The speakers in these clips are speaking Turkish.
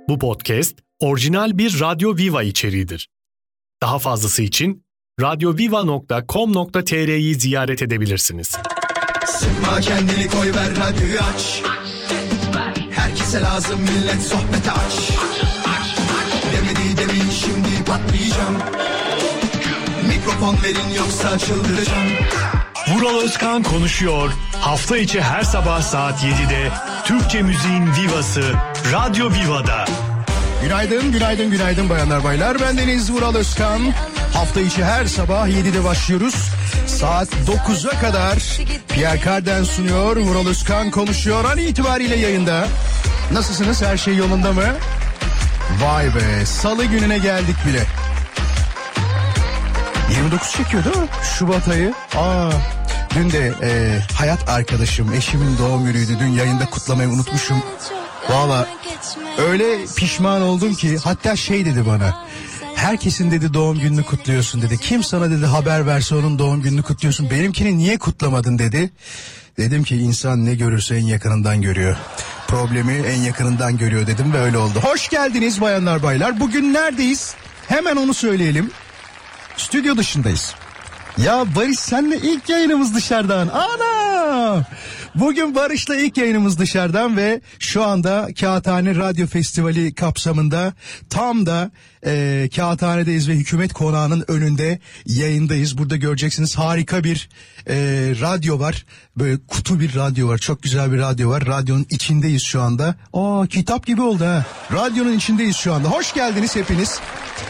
Bu podcast orijinal bir Radyo Viva içeriğidir. Daha fazlası için radyoviva.com.tr'yi ziyaret edebilirsiniz. Sıkma kendini, koy ver radyoyu aç. Herkese lazım millet, sohbete aç. Demedi demin şimdi patlayacağım. Mikrofon verin yoksa çıldıracağım. Vural Özkan konuşuyor. Hafta içi her sabah saat 7'de Türkçe müziğin vivası Radyo Viva'da. Günaydın bayanlar baylar. Bendeniz Vural Özkan. Hafta içi her sabah 7'de başlıyoruz. Saat 9'a kadar Pierre Carden sunuyor. Vural Özkan konuşuyor an itibariyle yayında. Nasılsınız? Her şey yolunda mı? Vay be, salı gününe geldik bile. 29 çekiyor değil mi? Şubat ayı. Dün de hayat arkadaşım, eşimin doğum günüydü. Dün yayında kutlamayı unutmuşum. Valla öyle pişman oldum ki, hatta şey dedi bana. Herkesin dedi doğum gününü kutluyorsun dedi. Kim sana dedi haber verse onun doğum gününü kutluyorsun. Benimkini niye kutlamadın dedi. Dedim ki insan ne görürse en yakınından görüyor. Problemi en yakınından görüyor dedim ve öyle oldu. Hoş geldiniz bayanlar baylar. Bugün neredeyiz? Hemen onu söyleyelim. Stüdyo dışındayız. Ya Barış, senle ilk yayınımız dışarıdan. Ana! Bugün Barış'la ilk yayınımız dışarıdan ve şu anda Kağıthane Radyo Festivali kapsamında tam da Kağıthane'deyiz ve Hükümet Konağı'nın önünde yayındayız. Burada göreceksiniz harika bir radyo var. Böyle kutu bir radyo var. Çok güzel bir radyo var. Radyonun içindeyiz şu anda. Kitap gibi oldu ha. Radyonun içindeyiz şu anda. Hoş geldiniz hepiniz.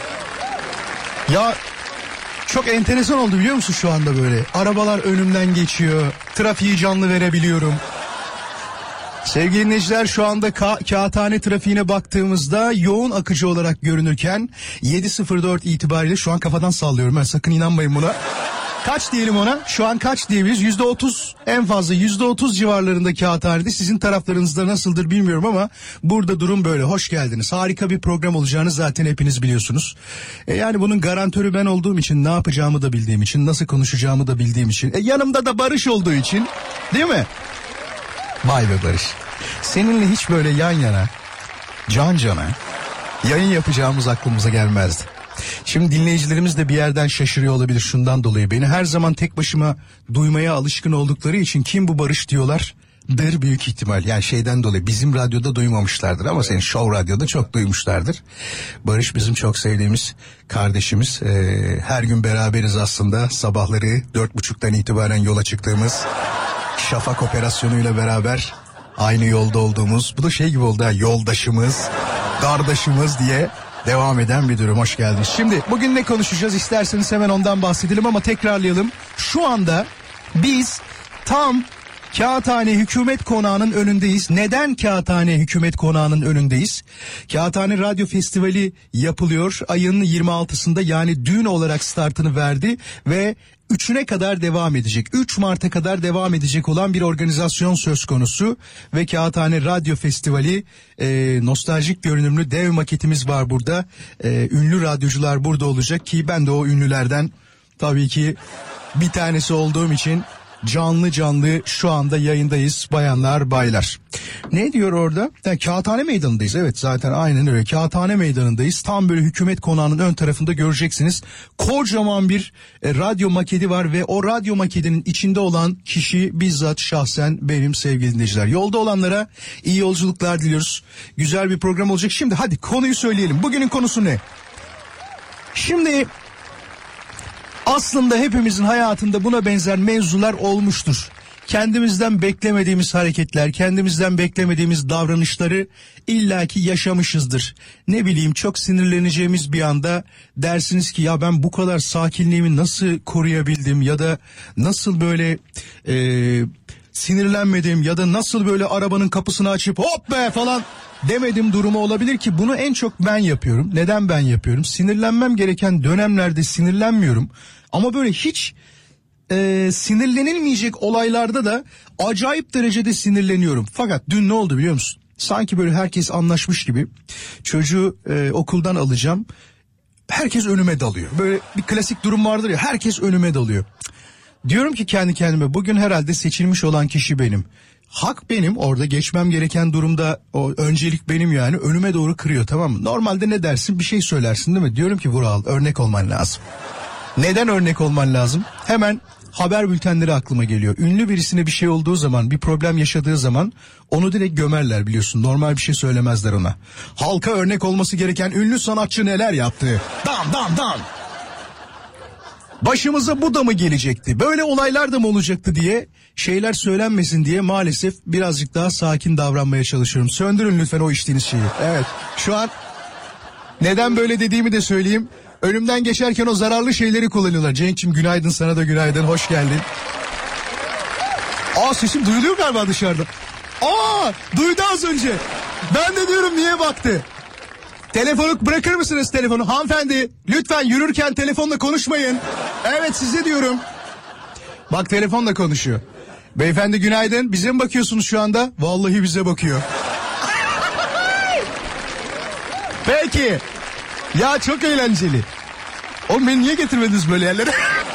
Ya çok enteresan oldu biliyor musun şu anda böyle. Arabalar önümden geçiyor. Trafiği canlı verebiliyorum. Sevgili dinleyiciler, şu anda Kağıthane trafiğine baktığımızda yoğun akıcı olarak görünürken 7.04 itibariyle şu an kafadan sallıyorum. Ben sakın inanmayın buna. Kaç diyelim ona? Şu an kaç diyebiliriz? %30, en fazla %30 civarlarında Kağıthane'de. Sizin taraflarınızda nasıldır bilmiyorum ama burada durum böyle. Hoş geldiniz. Harika bir program olacağını zaten hepiniz biliyorsunuz. Yani bunun garantörü ben olduğum için, ne yapacağımı da bildiğim için, nasıl konuşacağımı da bildiğim için, yanımda da Barış olduğu için, değil mi? Vay be Barış. Seninle hiç böyle yan yana, can cana yayın yapacağımız aklımıza gelmezdi. Şimdi dinleyicilerimiz de bir yerden şaşırıyor olabilir şundan dolayı. Beni her zaman tek başıma duymaya alışkın oldukları için kim bu Barış diyorlar. Büyük ihtimal. Yani şeyden dolayı bizim radyoda duymamışlardır ama senin Show Radyo'da çok duymuşlardır. Barış bizim çok sevdiğimiz kardeşimiz. Her gün beraberiz aslında. Sabahları 4.30'dan itibaren yola çıktığımız, Şafak operasyonuyla beraber aynı yolda olduğumuz, bu da şey gibi oldu ha, yoldaşımız, kardeşimiz diye devam eden bir durum. Hoş geldiniz. Şimdi bugün ne konuşacağız isterseniz hemen ondan bahsedelim ama tekrarlayalım. Şu anda biz tam Kağıthane Hükümet Konağı'nın önündeyiz. Neden Kağıthane Hükümet Konağı'nın önündeyiz? Kağıthane Radyo Festivali yapılıyor. Ayın 26'sında, yani dün olarak startını verdi ve 3'üne kadar devam edecek. 3 Mart'a kadar devam edecek olan bir organizasyon söz konusu. Ve Kağıthane Radyo Festivali, nostaljik görünümlü dev maketimiz var burada. Ünlü radyocular burada olacak ki ben de o ünlülerden tabii ki bir tanesi olduğum için canlı şu anda yayındayız bayanlar baylar. Ne diyor orada? Kağıthane Meydanı'ndayız. Evet, zaten aynen öyle. Kağıthane Meydanı'ndayız. Tam böyle Hükümet Konağı'nın ön tarafında göreceksiniz. Kocaman bir radyo maketi var ve o radyo maketinin içinde olan kişi bizzat şahsen benim sevgili dinleyiciler. Yolda olanlara iyi yolculuklar diliyoruz. Güzel bir program olacak. Şimdi hadi konuyu söyleyelim. Bugünün konusu ne? Şimdi aslında hepimizin hayatında buna benzer mevzular olmuştur. Kendimizden beklemediğimiz hareketler, kendimizden beklemediğimiz davranışları illaki yaşamışızdır. Ne bileyim, çok sinirleneceğimiz bir anda dersiniz ki ya ben bu kadar sakinliğimi nasıl koruyabildim ya da nasıl böyle sinirlenmedim ya da nasıl böyle arabanın kapısını açıp hop be falan demedim durumu olabilir ki bunu en çok ben yapıyorum. Neden ben yapıyorum? Sinirlenmem gereken dönemlerde sinirlenmiyorum ama böyle hiç sinirlenilmeyecek olaylarda da acayip derecede sinirleniyorum. Fakat dün ne oldu biliyor musun? Sanki böyle herkes anlaşmış gibi çocuğu okuldan alacağım. Herkes önüme dalıyor. Böyle bir klasik durum vardır ya, herkes önüme dalıyor. Diyorum ki kendi kendime, bugün herhalde seçilmiş olan kişi benim. hak benim, orada geçmem gereken durumda o öncelik benim yani, önüme doğru kırıyor, tamam mı? Normalde ne dersin, bir şey söylersin değil mi? Diyorum ki Vural, örnek olman lazım. Neden örnek olman lazım? Hemen haber bültenleri aklıma geliyor. Ünlü birisine bir şey olduğu zaman, bir problem yaşadığı zaman onu direkt gömerler, biliyorsun. Normal bir şey söylemezler ona. Halka örnek olması gereken ünlü sanatçı neler yaptı? Dam. Başımıza bu da mı gelecekti? Böyle olaylar da mı olacaktı diye şeyler söylenmesin diye maalesef birazcık daha sakin davranmaya çalışıyorum. Söndürün lütfen o içtiğiniz şeyi. Evet, şu an neden böyle dediğimi de söyleyeyim. Önümden geçerken o zararlı şeyleri kullanıyorlar. Cenk'cim günaydın, sana da günaydın, hoş geldin. Sesim duyuluyor galiba dışarıda. Duydu az önce. Ben de diyorum niye baktı? Telefonu bırakır mısınız, telefonu? Hanımefendi lütfen yürürken telefonla konuşmayın. Evet, size diyorum. Bak, telefonla konuşuyor. Beyefendi günaydın, bize mi bakıyorsunuz şu anda? Vallahi bize bakıyor. Peki. Ya çok eğlenceli. Oğlum beni niye getirmediniz böyle yerlere?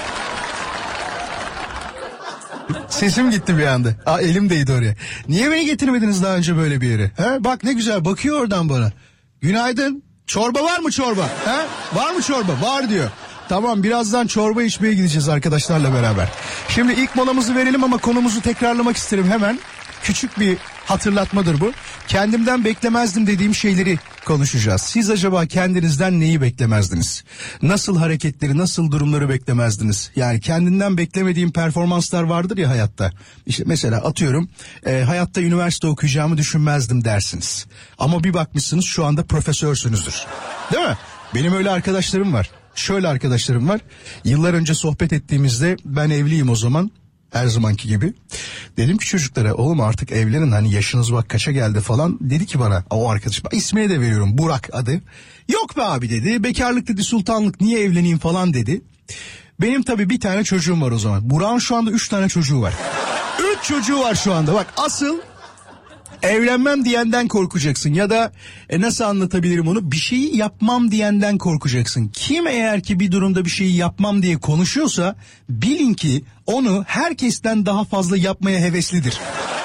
Sesim gitti bir anda. Elim değdi oraya. Niye beni getirmediniz daha önce böyle bir yere? Bak ne güzel bakıyor oradan bana. Günaydın. Çorba var mı çorba? Var mı çorba? Var diyor. Tamam, birazdan çorba içmeye gideceğiz arkadaşlarla beraber. Şimdi ilk molamızı verelim ama konumuzu tekrarlamak isterim hemen. Küçük bir hatırlatmadır bu. Kendimden beklemezdim dediğim şeyleri konuşacağız. Siz acaba kendinizden neyi beklemezdiniz? Nasıl hareketleri, nasıl durumları beklemezdiniz? Yani kendinden beklemediğim performanslar vardır ya hayatta. İşte mesela atıyorum hayatta üniversite okuyacağımı düşünmezdim dersiniz. Ama bir bakmışsınız şu anda profesörsünüzdür. Değil mi? Benim öyle arkadaşlarım var. Şöyle arkadaşlarım var. Yıllar önce sohbet ettiğimizde, ben evliyim o zaman. Her zamanki gibi. Dedim ki çocuklara, oğlum artık evlenin, hani yaşınız bak kaça geldi falan. Dedi ki bana o arkadaşım, ismini de veriyorum, Burak adı. Yok be abi dedi, bekarlık dedi, sultanlık, niye evleneyim falan dedi. Benim tabii bir tane çocuğum var o zaman. Burak'ın şu anda 3 tane çocuğu var. 3 çocuğu var şu anda. Bak, asıl evlenmem diyenden korkacaksın ya da nasıl anlatabilirim onu, bir şeyi yapmam diyenden korkacaksın. Kim eğer ki bir durumda bir şeyi yapmam diye konuşuyorsa bilin ki onu herkesten daha fazla yapmaya heveslidir.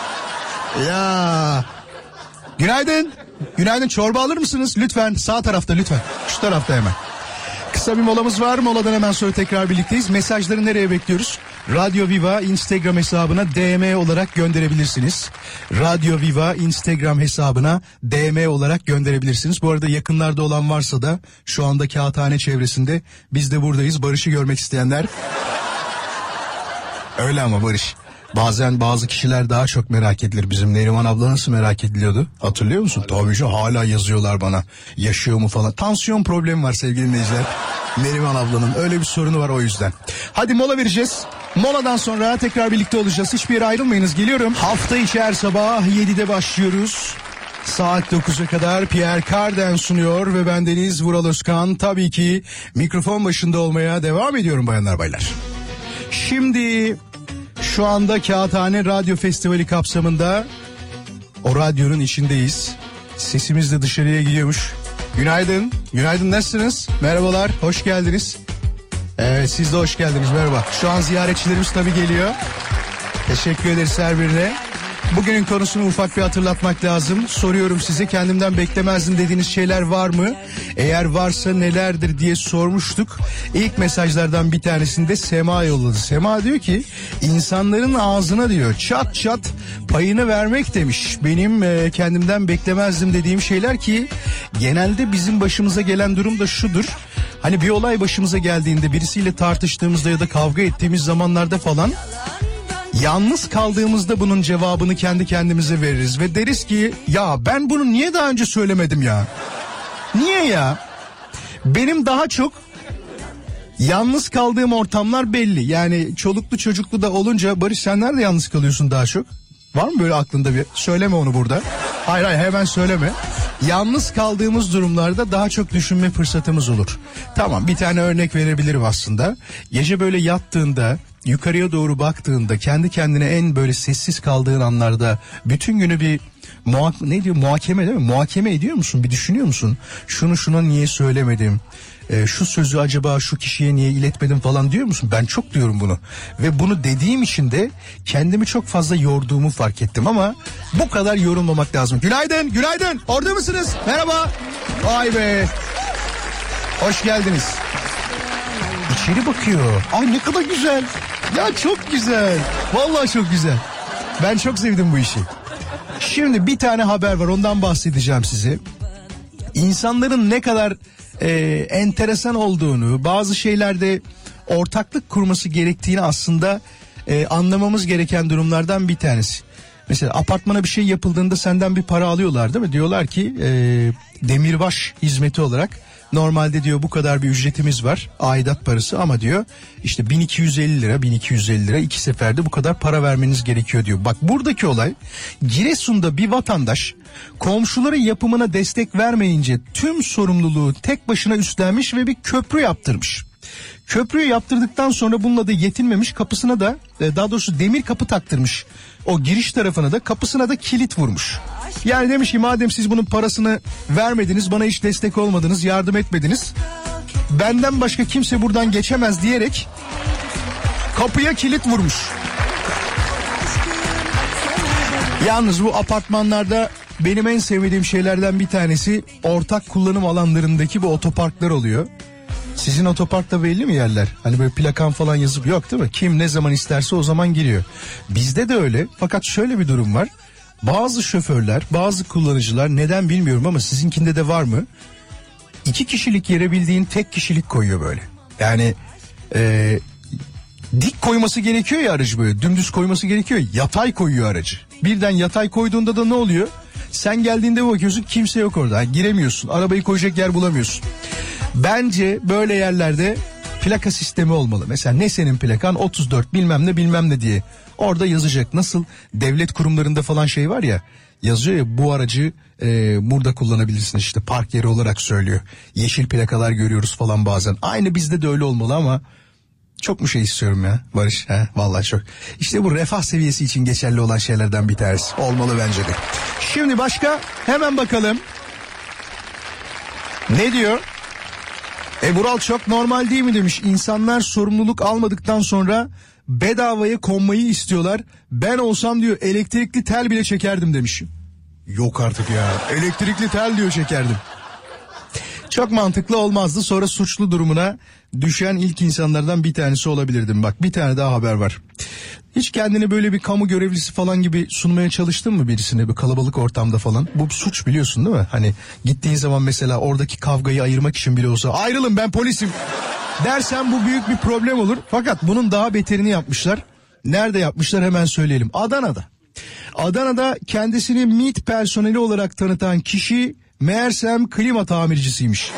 Ya. Günaydın. Günaydın, çorba alır mısınız? Lütfen sağ tarafta, lütfen. Şu tarafta hemen. Kısa bir molamız var. Moladan hemen sonra tekrar birlikteyiz. Mesajları nereye bekliyoruz? Radyo Viva Instagram hesabına DM olarak gönderebilirsiniz. Radyo Viva Instagram hesabına DM olarak gönderebilirsiniz. Bu arada yakınlarda olan varsa da şu anda Kağıthane çevresinde biz de buradayız. Barış'ı görmek isteyenler. Öyle ama Barış. Bazen bazı kişiler daha çok merak edilir. Bizim Neriman abla nasıl merak ediliyordu? Hatırlıyor musun? Tabii ki hala yazıyorlar bana. Yaşıyor mu falan. Tansiyon problemi var sevgili dinleyiciler. Neriman ablanın öyle bir sorunu var, o yüzden. Hadi mola vereceğiz. Moladan sonra tekrar birlikte olacağız. Hiçbir yere ayrılmayınız, geliyorum. Hafta içi her sabah 7'de başlıyoruz. Saat 9'a kadar Pierre Carden sunuyor ve bendeniz Vural Özkan. Tabii ki mikrofon başında olmaya devam ediyorum bayanlar baylar. Şimdi şu anda Kağıthane Radyo Festivali kapsamında o radyonun içindeyiz. Sesimiz de dışarıya gidiyormuş. Günaydın. Günaydın, nasılsınız? Merhabalar, hoş geldiniz. Evet, siz de hoş geldiniz, merhaba. Şu an ziyaretçilerimiz tabii geliyor. Teşekkür ederiz her birine. Bugünün konusunu ufak bir hatırlatmak lazım. Soruyorum size, kendimden beklemezdim dediğiniz şeyler var mı? Eğer varsa nelerdir diye sormuştuk. İlk mesajlardan bir tanesinde Sema yolladı. Sema diyor ki insanların ağzına diyor çat çat payını vermek demiş. Benim kendimden beklemezdim dediğim şeyler ki genelde bizim başımıza gelen durum da şudur. Hani bir olay başımıza geldiğinde, birisiyle tartıştığımızda ya da kavga ettiğimiz zamanlarda falan, yalnız kaldığımızda bunun cevabını kendi kendimize veririz ve deriz ki ya ben bunu niye daha önce söylemedim ya? Niye ya? Benim daha çok yalnız kaldığım ortamlar belli. Yani çoluklu çocuklu da olunca, Barış sen nerede yalnız kalıyorsun daha çok? Var mı böyle aklında bir? Söyleme onu burada. Hayır hemen söyleme. Yalnız kaldığımız durumlarda daha çok düşünme fırsatımız olur. Tamam, bir tane örnek verebilirim aslında. Gece böyle yattığında, yukarıya doğru baktığında, kendi kendine en böyle sessiz kaldığın anlarda, bütün günü bir ne diyor, muhakeme değil mi? Muhakeme ediyor musun? Bir düşünüyor musun? Şuna niye söylemedim? Şu sözü acaba şu kişiye niye iletmedim falan diyor musun? Ben çok diyorum bunu. Ve bunu dediğim için de kendimi çok fazla yorduğumu fark ettim ama bu kadar yorulmamak lazım. Günaydın, günaydın. Orada mısınız? Merhaba. Vay be. Hoş geldiniz. İçeri bakıyor. Ay ne kadar güzel. Ya çok güzel. Vallahi çok güzel. Ben çok sevdim bu işi. Şimdi bir tane haber var, ondan bahsedeceğim size. İnsanların ne kadar enteresan olduğunu, bazı şeylerde ortaklık kurması gerektiğini aslında anlamamız gereken durumlardan bir tanesi. Mesela apartmana bir şey yapıldığında senden bir para alıyorlar değil mi? Diyorlar ki demirbaş hizmeti olarak normalde diyor bu kadar bir ücretimiz var, aidat parası, ama diyor işte 1250 lira 2 seferde bu kadar para vermeniz gerekiyor diyor. Bak buradaki olay, Giresun'da bir vatandaş komşuların yapımına destek vermeyince tüm sorumluluğu tek başına üstlenmiş ve bir köprü yaptırmış. Köprüyü yaptırdıktan sonra bununla da yetinmemiş, kapısına da daha doğrusu demir kapı taktırmış. O giriş tarafına da, kapısına da kilit vurmuş. Yani demiş ki madem siz bunun parasını vermediniz, bana hiç destek olmadınız, yardım etmediniz, benden başka kimse buradan geçemez diyerek kapıya kilit vurmuş. Yalnız bu apartmanlarda benim en sevmediğim şeylerden bir tanesi ortak kullanım alanlarındaki bu otoparklar oluyor. Sizin otoparkta belli mi yerler? Hani böyle plakan falan yazıp yok değil mi? Kim ne zaman isterse o zaman giriyor. Bizde de öyle, fakat şöyle bir durum var. Bazı şoförler, bazı kullanıcılar, neden bilmiyorum ama sizinkinde de var mı? 2 kişilik yere bildiğin tek kişilik koyuyor böyle. Yani dik koyması gerekiyor ya aracı, böyle dümdüz koyması gerekiyor. Yatay koyuyor aracı. Birden yatay koyduğunda da ne oluyor? Sen geldiğinde bakıyorsun kimse yok orada. Yani giremiyorsun. Arabayı koyacak yer bulamıyorsun. Bence böyle yerlerde plaka sistemi olmalı. Mesela ne senin plakan 34 bilmem ne diye orada yazacak. Nasıl devlet kurumlarında falan şey var ya, yazıyor ya, bu aracı burada kullanabilirsin, işte park yeri olarak söylüyor. Yeşil plakalar görüyoruz falan bazen. Aynı bizde de öyle olmalı ama çok mu şey istiyorum ya Barış? Vallahi çok. İşte bu refah seviyesi için geçerli olan şeylerden bir tanesi. Olmalı bence de. Şimdi başka, hemen bakalım. Ne diyor? Vural çok normal değil mi demiş. İnsanlar sorumluluk almadıktan sonra bedavaya konmayı istiyorlar. Ben olsam diyor elektrikli tel bile çekerdim demiş. Yok artık ya. Elektrikli tel diyor çekerdim. Çok mantıklı olmazdı. Sonra suçlu durumuna düşen ilk insanlardan bir tanesi olabilirdim. Bak bir tane daha haber var. Hiç kendini böyle bir kamu görevlisi falan gibi sunmaya çalıştın mı birisine, bir kalabalık ortamda falan? Bu suç biliyorsun değil mi? Hani gittiğin zaman mesela oradaki kavgayı ayırmak için bile olsa ayrılın ben polisim dersen bu büyük bir problem olur. Fakat bunun daha beterini yapmışlar. Nerede yapmışlar hemen söyleyelim. Adana'da kendisini MİT personeli olarak tanıtan kişi meğersem klima tamircisiymiş.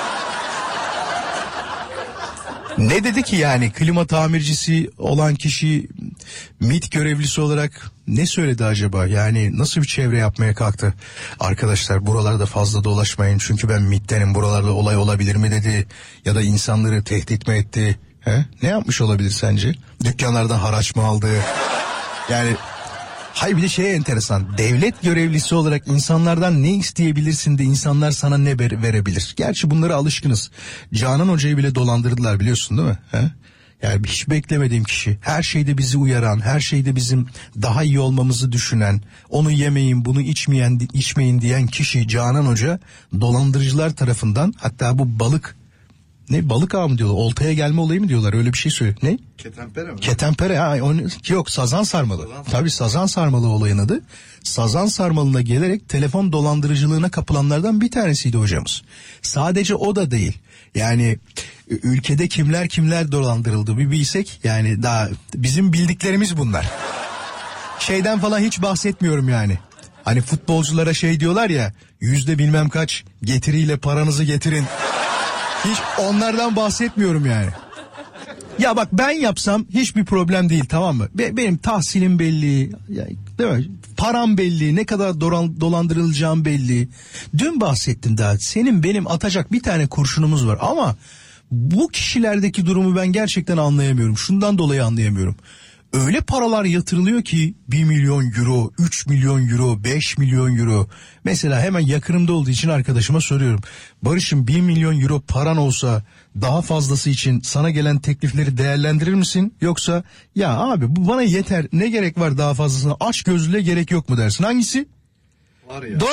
Ne dedi ki yani klima tamircisi olan kişi MİT görevlisi olarak ne söyledi acaba? Yani nasıl bir çevre yapmaya kalktı? Arkadaşlar buralarda fazla dolaşmayın çünkü ben MİT'tenim, buralarda olay olabilir mi dedi? Ya da insanları tehdit mi etti? Ne yapmış olabilir sence? Dükkanlardan haraç mı aldı? Yani hayır, bir de şey enteresan, devlet görevlisi olarak insanlardan ne isteyebilirsin de insanlar sana ne verebilir? Gerçi bunlara alışkınız. Canan Hoca'yı bile dolandırdılar biliyorsun değil mi? Yani hiç beklemediğim kişi, her şeyde bizi uyaran, her şeyde bizim daha iyi olmamızı düşünen, onu yemeyin bunu içmeyin diyen kişi Canan Hoca dolandırıcılar tarafından, hatta bu balık ağı mı diyorlar, oltaya gelme olayı mı diyorlar, öyle bir şey söylüyor. Ne? Ketenpere mi? Ketenpere yok, sazan sarmalı. Tabii sazan sarmalı olayın adı. Sazan sarmalına gelerek telefon dolandırıcılığına kapılanlardan bir tanesiydi hocamız. Sadece o da değil. Yani ülkede kimler dolandırıldı bir bilsek, yani daha bizim bildiklerimiz bunlar. Şeyden falan hiç bahsetmiyorum yani. Hani futbolculara şey diyorlar ya, %bilmem kaç getiriyle paranızı getirin. Hiç onlardan bahsetmiyorum yani. Ya bak ben yapsam hiçbir problem değil, tamam mı? Benim tahsilim belli, değil mi? Param belli, ne kadar dolandırılacağım belli. Dün bahsettim daha, senin benim atacak bir tane kurşunumuz var ama bu kişilerdeki durumu ben gerçekten anlayamıyorum. Şundan dolayı anlayamıyorum. öyle paralar yatırılıyor ki 1 milyon euro, 3 milyon euro, 5 milyon euro. Mesela hemen yakınımda olduğu için arkadaşıma soruyorum. Barış'ım 1 milyon euro paran olsa daha fazlası için sana gelen teklifleri değerlendirir misin? Yoksa ya abi bu bana yeter, ne gerek var daha fazlasına, aç gözlüğe gerek yok mu dersin? Hangisi? Var ya.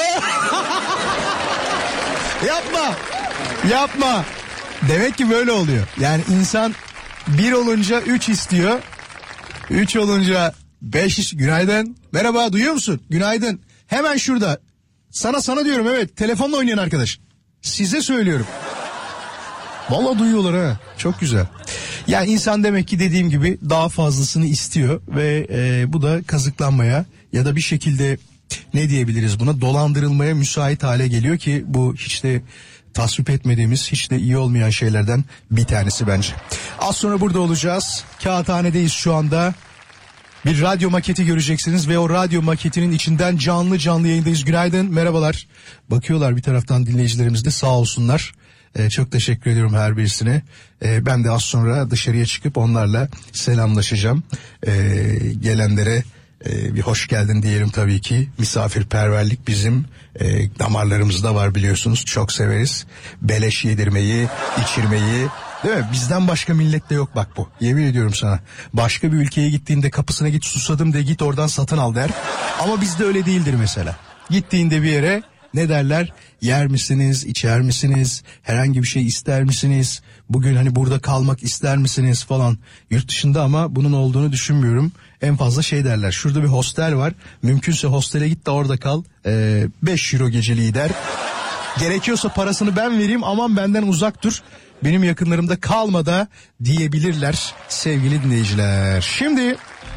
Yapma. Demek ki böyle oluyor. Yani insan 1 olunca 3 istiyor. 3 olunca 5 günaydın. Merhaba, duyuyor musun? Günaydın. Hemen şurada. Sana diyorum, evet, telefonla oynayan arkadaş. Size söylüyorum. Vallahi duyuyorlar ha. Çok güzel. Yani insan demek ki dediğim gibi daha fazlasını istiyor ve bu da kazıklanmaya ya da bir şekilde ne diyebiliriz buna, dolandırılmaya müsait hale geliyor ki bu hiç de tasvip etmediğimiz, hiç de iyi olmayan şeylerden bir tanesi bence. Az sonra burada olacağız. Kağıthane'deyiz şu anda. Bir radyo maketi göreceksiniz ve o radyo maketinin içinden canlı yayındayız. Günaydın, merhabalar. Bakıyorlar bir taraftan dinleyicilerimiz de, sağ olsunlar. Çok teşekkür ediyorum her birisine. Ben de az sonra dışarıya çıkıp onlarla selamlaşacağım. Gelenlere bir hoş geldin diyelim tabii ki. Misafirperverlik bizim damarlarımızda var, biliyorsunuz. Çok severiz. Beleş yedirmeyi, içirmeyi. Değil mi? Bizden başka millette yok bak bu. Yemin ediyorum sana. Başka bir ülkeye gittiğinde kapısına git, susadım de, git oradan satın al der. Ama bizde öyle değildir mesela. Gittiğinde bir yere ne derler? Yer misiniz, içer misiniz, herhangi bir şey ister misiniz, bugün hani burada kalmak ister misiniz falan. Yurt dışında ama bunun olduğunu düşünmüyorum. En fazla şey derler, şurada bir hostel var, mümkünse hostele git de orada kal, 5 euro geceliği der. Gerekiyorsa parasını ben vereyim, aman benden uzak dur, benim yakınlarımda kalma da diyebilirler sevgili dinleyiciler. Şimdi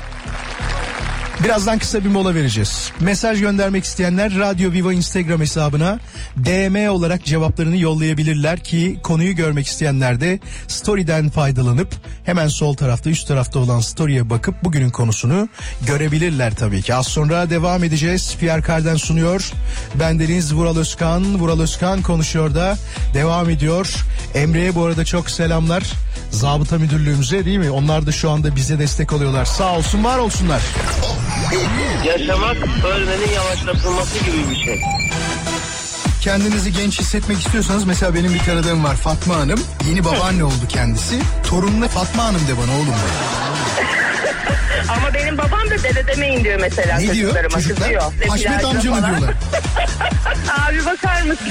birazdan kısa bir mola vereceğiz. Mesaj göndermek isteyenler Radyo Viva Instagram hesabına DM olarak cevaplarını yollayabilirler ki konuyu görmek isteyenler de story'den faydalanıp hemen sol tarafta, üst tarafta olan story'e bakıp bugünün konusunu görebilirler tabii ki. Az sonra devam edeceğiz. Pierre Cardin sunuyor. Bendeniz Vural Özkan. Vural Özkan konuşuyor da devam ediyor. Emre'ye bu arada çok selamlar. Zabıta müdürlüğümüze, değil mi? Onlar da şu anda bize destek oluyorlar. Sağ olsun, var olsunlar. Yaşamak ölmenin yavaşlatılması gibi bir şey. Kendinizi genç hissetmek istiyorsanız mesela benim bir tanıdığım var, Fatma Hanım. Yeni babaanne oldu kendisi. Torununa Fatma Hanım de bana oğlum. Ama benim babam da dede demeyin diyor mesela. Ne diyor çocuklar? Haşmet amca mı diyorlar? Abi bakar mısın?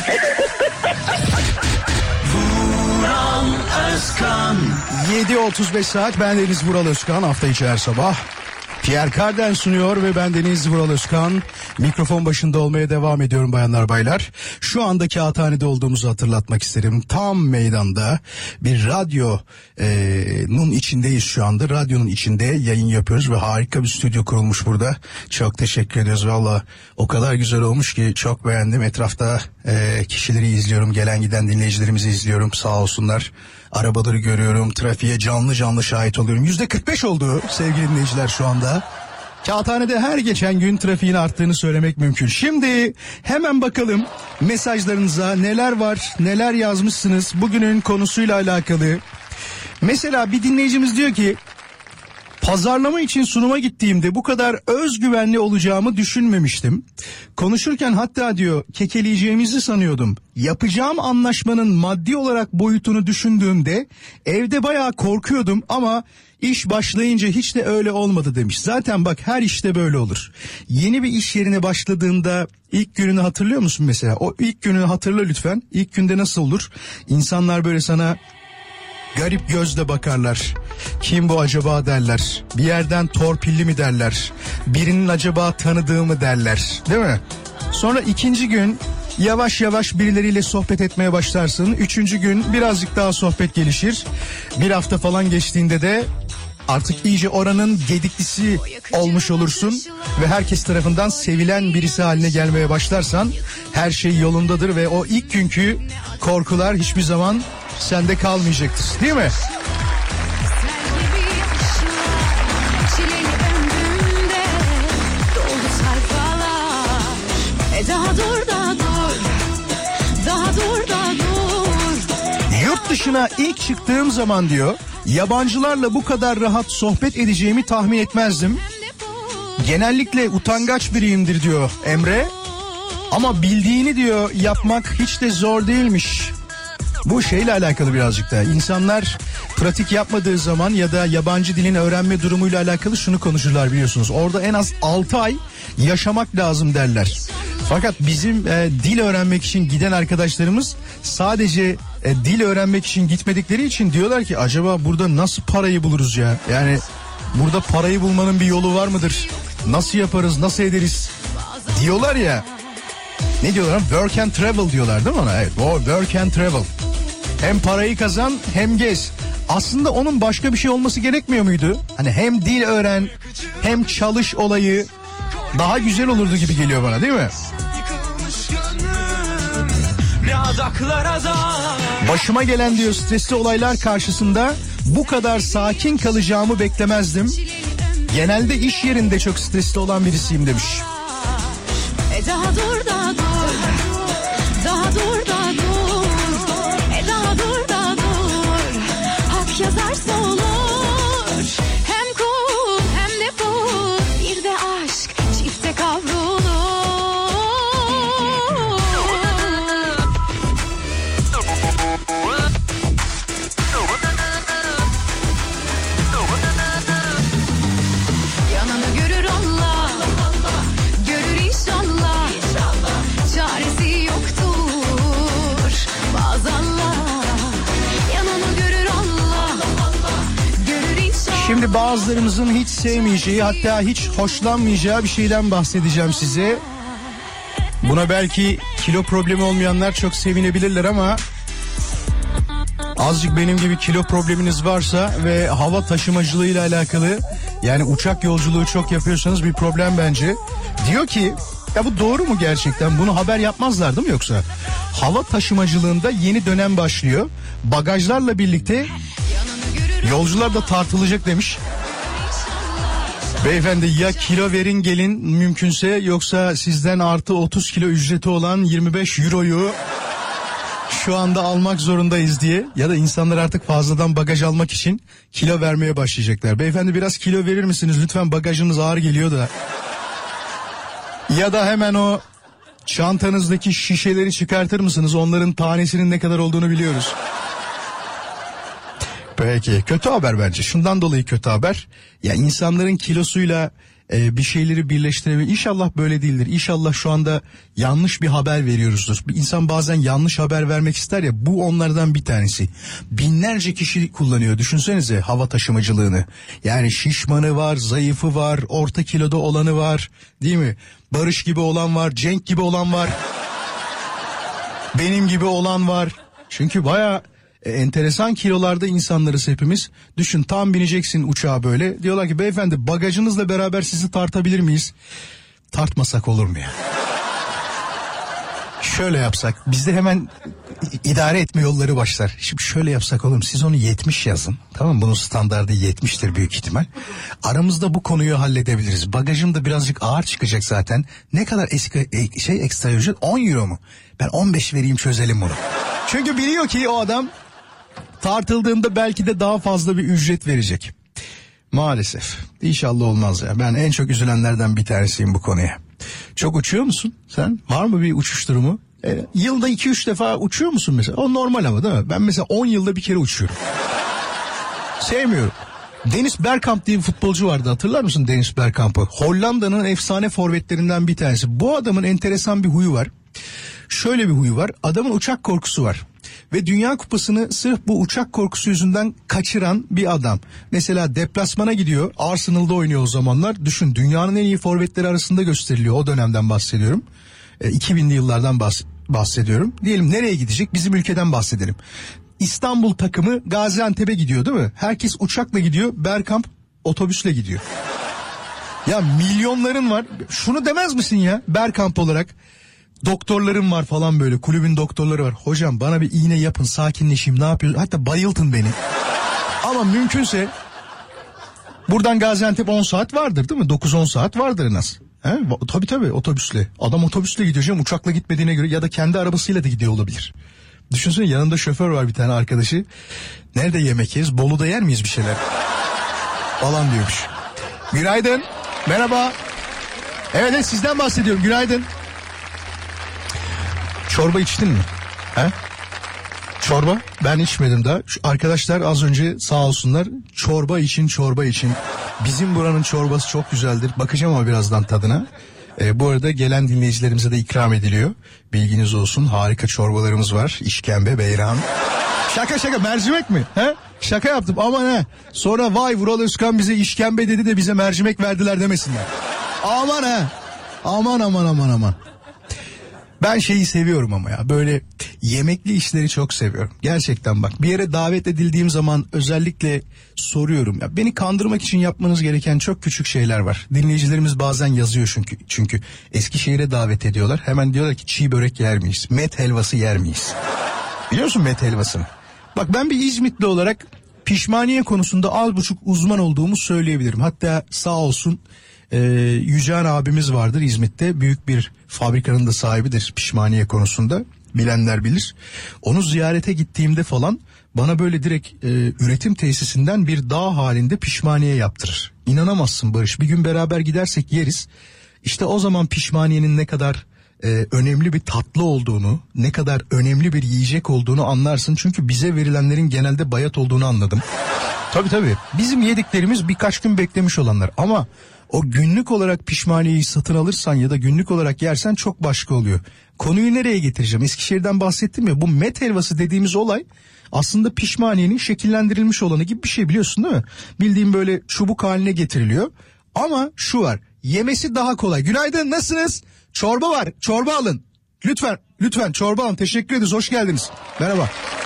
Vural Özkan. 7.35 saat, bendeniz Vural Özkan. Hafta içi her sabah Pierre Cardin sunuyor ve bendeniz Vural Özkan. Mikrofon başında olmaya devam ediyorum bayanlar baylar. Şu anda Kağıthane'de olduğumuzu hatırlatmak isterim. Tam meydanda bir radyonun içindeyiz şu anda. Radyonun içinde yayın yapıyoruz ve harika bir stüdyo kurulmuş burada. Çok teşekkür ediyoruz valla. O kadar güzel olmuş ki çok beğendim. Etrafta kişileri izliyorum, gelen giden dinleyicilerimizi izliyorum, sağ olsunlar. Arabaları görüyorum, trafiğe canlı şahit oluyorum. %45 oldu sevgili dinleyiciler şu anda. Kağıthane'de her geçen gün trafiğin arttığını söylemek mümkün. Şimdi hemen bakalım mesajlarınıza neler var, neler yazmışsınız bugünün konusuyla alakalı. Mesela bir dinleyicimiz diyor ki, pazarlama için sunuma gittiğimde bu kadar özgüvenli olacağımı düşünmemiştim. Konuşurken hatta diyor kekeleyeceğimizi sanıyordum. Yapacağım anlaşmanın maddi olarak boyutunu düşündüğümde evde bayağı korkuyordum ama iş başlayınca hiç de öyle olmadı demiş. Zaten bak her işte böyle olur. Yeni bir iş yerine başladığında ilk gününü hatırlıyor musun mesela? O ilk gününü hatırla lütfen. İlk günde nasıl olur? İnsanlar böyle sana garip gözle bakarlar. Kim bu acaba derler. Bir yerden torpilli mi derler. Birinin acaba tanıdığı mı derler. Değil mi? Sonra ikinci gün yavaş yavaş birileriyle sohbet etmeye başlarsın. Üçüncü gün birazcık daha sohbet gelişir. Bir hafta falan geçtiğinde de artık iyice oranın gediklisi olmuş olursun. Ve herkes tarafından sevilen birisi haline gelmeye başlarsan her şey yolundadır ve o ilk günkü korkular hiçbir zaman sende kalmayacaktır, değil mi? Yurt dışına ilk çıktığım zaman diyor, Yabancılarla bu kadar rahat sohbet edeceğimi tahmin etmezdim. Genellikle utangaç biriyimdir diyor Emre. Ama bildiğini diyor yapmak hiç de zor değilmiş. Bu şeyle alakalı birazcık da. İnsanlar pratik yapmadığı zaman ya da yabancı dilin öğrenme durumuyla alakalı şunu konuşurlar biliyorsunuz. Orada en az 6 ay yaşamak lazım derler. Fakat bizim dil öğrenmek için giden arkadaşlarımız sadece dil öğrenmek için gitmedikleri için diyorlar ki acaba burada nasıl parayı buluruz ya? Yani burada parayı bulmanın bir yolu var mıdır? Nasıl yaparız, nasıl ederiz diyorlar ya. Ne diyorlar? Work and travel diyorlar değil mi ona? Evet, o work and travel. Hem parayı kazan hem gez. Aslında onun başka bir şey olması gerekmiyor muydu? Hani hem dil öğren hem çalış olayı daha güzel olurdu gibi geliyor bana değil mi? Başıma gelen diyor stresli olaylar karşısında bu kadar sakin kalacağımı beklemezdim. Genelde iş yerinde çok stresli olan birisiyim demiş. Daha dur da dur, daha dur da dur, daha dur da dur, hak yazarsa olur, hem cool hem de cool, bir de aşk çifte kavrulur. Yanını görür Allah, görür inşallah, çaresi yoktur maazallah. Yanını görür Allah, görür inşallah. Şimdi bazılarımızın hiç sevmeyeceği, hatta hiç hoşlanmayacağı bir şeyden bahsedeceğim size. Buna belki kilo problemi olmayanlar çok sevinebilirler ama azıcık benim gibi kilo probleminiz varsa ve hava taşımacılığıyla alakalı, yani uçak yolculuğu çok yapıyorsanız bir problem bence. Diyor ki ya bu doğru mu gerçekten? Bunu haber yapmazlar değil mi yoksa? Hava taşımacılığında yeni dönem başlıyor. Bagajlarla birlikte yolcular da tartılacak demiş. Beyefendi ya kilo verin gelin mümkünse, yoksa sizden artı 30 kilo ücreti olan 25 euroyu şu anda almak zorundayız diye, ya da insanlar artık fazladan bagaj almak için kilo vermeye başlayacaklar. Beyefendi biraz kilo verir misiniz lütfen, bagajınız ağır geliyor da. Ya da hemen o çantanızdaki şişeleri çıkartır mısınız, onların tanesinin ne kadar olduğunu biliyoruz. Peki, kötü haber bence. Şundan dolayı kötü haber. Ya insanların kilosuyla bir şeyleri birleştirebilir. İnşallah böyle değildir. İnşallah şu anda yanlış bir haber veriyoruzdur. Bir insan bazen yanlış haber vermek ister ya, bu onlardan bir tanesi. Binlerce kişi kullanıyor. Düşünsenize hava taşımacılığını. Yani şişmanı var, zayıfı var, orta kiloda olanı var, değil mi? Barış gibi olan var, Cenk gibi olan var. Benim gibi olan var. Çünkü bayağı enteresan kilolarda insanlarız hepimiz. Düşün, tam bineceksin uçağa böyle. Diyorlar ki beyefendi bagajınızla beraber sizi tartabilir miyiz? Tartmasak olur mu ya? Şöyle yapsak, bizde hemen idare etme yolları başlar. Şimdi şöyle yapsak olur mu? Siz onu 70 yazın. Tamam mı? Bunun standardı 70'tir büyük ihtimal. Aramızda bu konuyu halledebiliriz. Bagajım da birazcık ağır çıkacak zaten. Ne kadar ekstra ücret? 10 euro mu? Ben 15 vereyim, çözelim bunu. Çünkü biliyor ki o adam tartıldığında belki de daha fazla bir ücret verecek. Maalesef. İnşallah olmaz ya. Ben en çok üzülenlerden bir tanesiyim bu konuya. Çok uçuyor musun sen? Var mı bir uçuş durumu? Yılda 2-3 defa uçuyor musun mesela? O normal ama değil mi? Ben mesela 10 yılda bir kere uçuyorum. Sevmiyorum. Dennis Bergkamp diye bir futbolcu vardı, hatırlar mısın Dennis Bergkamp'ı? Hollanda'nın efsane forvetlerinden bir tanesi. Bu adamın enteresan bir huyu var. Şöyle bir huyu var. Adamın uçak korkusu var. Ve Dünya Kupası'nı sırf bu uçak korkusu yüzünden kaçıran bir adam. Mesela deplasmana gidiyor. Arsenal'da oynuyor o zamanlar. Düşün, dünyanın en iyi forvetleri arasında gösteriliyor. O dönemden bahsediyorum. 2000'li yıllardan bahsediyorum. Diyelim nereye gidecek? Bizim ülkeden bahsedelim. İstanbul takımı Gaziantep'e gidiyor değil mi? Herkes uçakla gidiyor. Bergkamp otobüsle gidiyor. Ya milyonların var. Şunu demez misin ya Bergkamp olarak? Doktorlarım var falan böyle, kulübün doktorları var. Hocam bana bir iğne yapın, sakinleşeyim, ne yapıyorsun? Hatta bayıltın beni. Ama mümkünse buradan Gaziantep 10 saat vardır değil mi? 9-10 saat vardır en az. Tabii otobüsle. Adam otobüsle gidiyor canım, uçakla gitmediğine göre, ya da kendi arabasıyla da gidiyor olabilir. Düşünsene yanında şoför var bir tane arkadaşı. Nerede yemek yeriz? Bolu'da yer miyiz bir şeyler? Falan diyormuş. Günaydın. Merhaba. Evet sizden bahsediyorum. Günaydın. Çorba içtin mi? He? Çorba? Ben içmedim daha. Şu arkadaşlar az önce sağ olsunlar çorba için. Bizim buranın çorbası çok güzeldir. Bakacağım ama birazdan tadına. Bu arada gelen dinleyicilerimize de ikram ediliyor. Bilginiz olsun, harika çorbalarımız var. İşkembe, beyran. Şaka mercimek mi? He? Şaka yaptım aman he. Sonra vay Vural Özkan bize işkembe dedi de bize mercimek verdiler demesinler. Aman he. Aman. Ben şeyi seviyorum ama ya, böyle yemekli işleri çok seviyorum. Gerçekten bak, bir yere davet edildiğim zaman özellikle soruyorum. Ya beni kandırmak için yapmanız gereken çok küçük şeyler var. Dinleyicilerimiz bazen yazıyor çünkü Eskişehir'e davet ediyorlar. Hemen diyorlar ki çiğ börek yer miyiz? Met helvası yer miyiz? Biliyor musun met helvasını? Bak ben bir İzmitli olarak pişmaniye konusunda az buçuk uzman olduğumu söyleyebilirim. Hatta sağ olsun Yücel abimiz vardır İzmit'te, büyük bir fabrikanın da sahibidir pişmaniye konusunda, bilenler bilir. Onu ziyarete gittiğimde falan bana böyle direkt üretim tesisinden bir dağ halinde pişmaniye yaptırır. İnanamazsın Barış, bir gün beraber gidersek yeriz. İşte o zaman pişmaniyenin ne kadar önemli bir tatlı olduğunu, ne kadar önemli bir yiyecek olduğunu anlarsın. Çünkü bize verilenlerin genelde bayat olduğunu anladım. Tabii bizim yediklerimiz birkaç gün beklemiş olanlar, ama o günlük olarak pişmaniyeyi satın alırsan ya da günlük olarak yersen çok başka oluyor. Konuyu nereye getireceğim? Eskişehir'den bahsettim ya, bu met helvası dediğimiz olay aslında pişmaniyenin şekillendirilmiş olanı gibi bir şey, biliyorsun değil mi? Bildiğim böyle çubuk haline getiriliyor. Ama şu var, yemesi daha kolay. Günaydın, nasılsınız? Çorba var, çorba alın. Lütfen çorba alın, teşekkür ederiz, hoş geldiniz. Merhaba.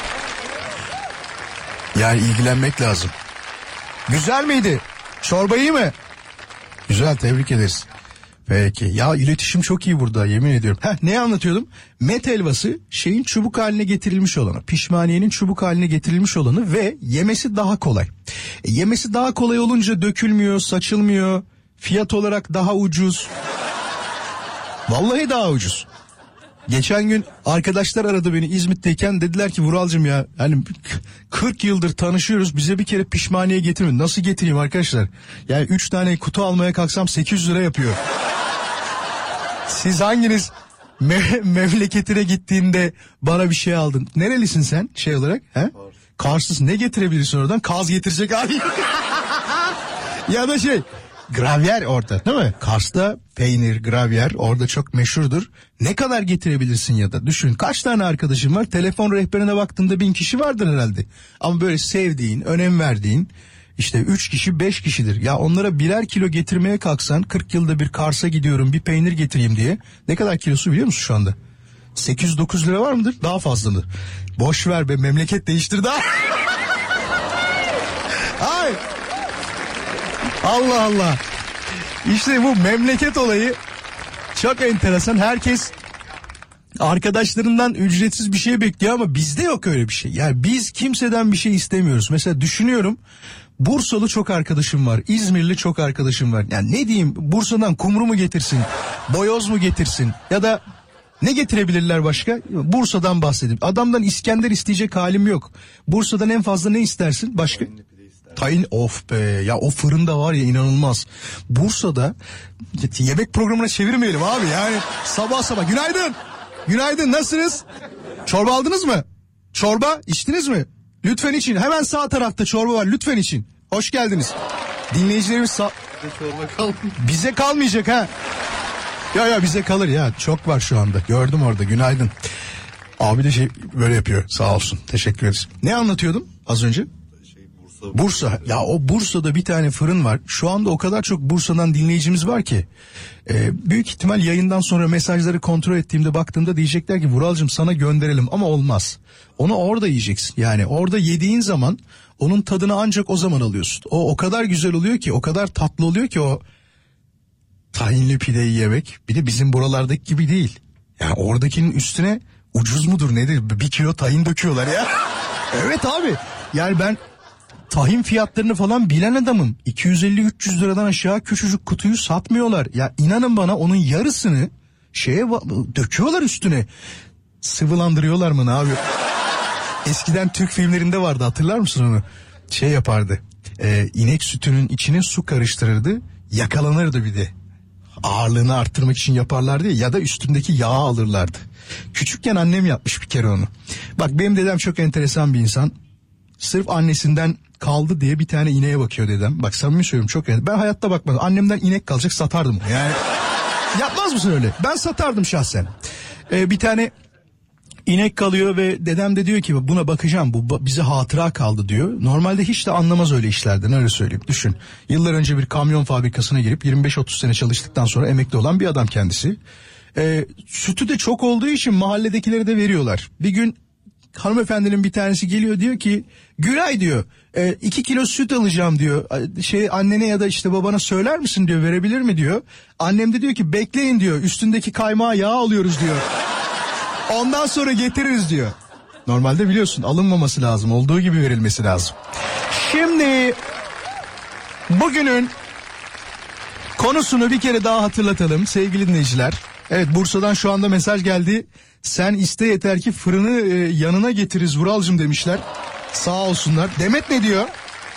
Yani ilgilenmek lazım. Güzel miydi? Çorba iyi mi? Güzel, tebrik ederiz. Peki ya, iletişim çok iyi burada, yemin ediyorum. Ne anlatıyordum? Met helvası şeyin çubuk haline getirilmiş olanı, pişmaniyenin çubuk haline getirilmiş olanı ve yemesi daha kolay. Yemesi daha kolay olunca dökülmüyor, saçılmıyor, fiyat olarak daha ucuz. Vallahi daha ucuz. Geçen gün arkadaşlar aradı beni İzmit'teyken, dediler ki Vuralcığım ya, hani 40 yıldır tanışıyoruz, bize bir kere pişmaniye getirin. Nasıl getireyim arkadaşlar? Yani 3 tane kutu almaya kalksam 800 lira yapıyor. Siz hanginiz memleketine gittiğinde bana bir şey aldın? Nerelisin sen şey olarak? He? Kars'ız, ne getirebilirsin oradan? Kaz getirecek abi. Ya da gravyer orada değil mi? Kars'ta peynir, gravyer orada çok meşhurdur. Ne kadar getirebilirsin ya da düşün, kaç tane arkadaşım var? Telefon rehberine baktığında 1000 kişi vardır herhalde. Ama böyle sevdiğin, önem verdiğin işte 3 kişi 5 kişidir. Ya onlara birer kilo getirmeye kalksan, 40 yılda bir Kars'a gidiyorum bir peynir getireyim diye. Ne kadar kilosu biliyor musun şu anda? 809 lira var mıdır? Daha fazladır. Boş ver be, memleket değiştirdi. Ay. Allah Allah. İşte bu memleket olayı çok enteresan. Herkes arkadaşlarından ücretsiz bir şey bekliyor ama bizde yok öyle bir şey. Yani biz kimseden bir şey istemiyoruz. Mesela düşünüyorum, Bursalı çok arkadaşım var, İzmirli çok arkadaşım var. Yani ne diyeyim, Bursa'dan kumru mu getirsin, boyoz mu getirsin ya da ne getirebilirler başka? Bursa'dan bahsedeyim. Adamdan İskender isteyecek halim yok. Bursa'dan en fazla ne istersin başka? Tayin, of be ya, o fırında var ya, inanılmaz. Bursa'da yemek programına çevirmeyelim abi, yani sabah günaydın nasılsınız? Çorba aldınız mı? Çorba içtiniz mi? Lütfen için, hemen sağ tarafta çorba var, lütfen için. Hoş geldiniz. Dinleyicilerimiz bize kalmayacak ha. Ya bize kalır ya, çok var şu anda, gördüm orada. Günaydın. Abi de böyle yapıyor, sağ olsun, teşekkür ederiz. Ne anlatıyordum az önce? Bursa. Ya o Bursa'da bir tane fırın var. Şu anda o kadar çok Bursa'dan dinleyicimiz var ki. Büyük ihtimal yayından sonra mesajları kontrol ettiğimde, baktığımda diyecekler ki Vuralcığım sana gönderelim, ama olmaz. Onu orada yiyeceksin. Yani orada yediğin zaman onun tadını ancak o zaman alıyorsun. O kadar güzel oluyor ki, o kadar tatlı oluyor ki o tahinli pideyi yemek. Bir de bizim buralardaki gibi değil. Yani oradakinin üstüne ucuz mudur nedir? 1 kilo tahin döküyorlar ya. Evet abi. Yani ben tahin fiyatlarını falan bilen adamım. 250-300 liradan aşağı küçücük kutuyu satmıyorlar. Ya inanın bana, onun yarısını döküyorlar üstüne. Sıvılandırıyorlar mı ne abi? Eskiden Türk filmlerinde vardı, hatırlar mısın onu? Şey yapardı. İnek sütünün içine su karıştırırdı. Yakalanırdı bir de. Ağırlığını arttırmak için yaparlardı ya da üstündeki yağı alırlardı. Küçükken annem yapmış bir kere onu. Bak benim dedem çok enteresan bir insan. Sırf annesinden kaldı diye bir tane ineğe bakıyor dedem. Bak samimi söylüyorum, çok enteresan. Ben hayatta bakmadım. Annemden inek kalacak satardım. Yani yapmaz mısın öyle? Ben satardım şahsen. Bir tane İnek kalıyor ve dedem de diyor ki buna bakacağım, bu bize hatıra kaldı diyor. Normalde hiç de anlamaz öyle işlerden, öyle söyleyeyim. Düşün, yıllar önce bir kamyon fabrikasına girip 25-30 sene çalıştıktan sonra emekli olan bir adam kendisi. Sütü de çok olduğu için mahalledekilere de veriyorlar. Bir gün hanımefendinin bir tanesi geliyor, diyor ki Güray diyor 2 kilo süt alacağım diyor. Annene ya da işte babana söyler misin diyor, verebilir mi diyor. Annem de diyor ki bekleyin diyor, üstündeki kaymağı yağ alıyoruz diyor. Ondan sonra getiririz diyor. Normalde biliyorsun alınmaması lazım, olduğu gibi verilmesi lazım. Şimdi bugünün konusunu bir kere daha hatırlatalım sevgili dinleyiciler. Evet, Bursa'dan şu anda mesaj geldi. Sen iste yeter ki fırını yanına getiririz Vuralcığım demişler. Sağ olsunlar. Demet ne diyor?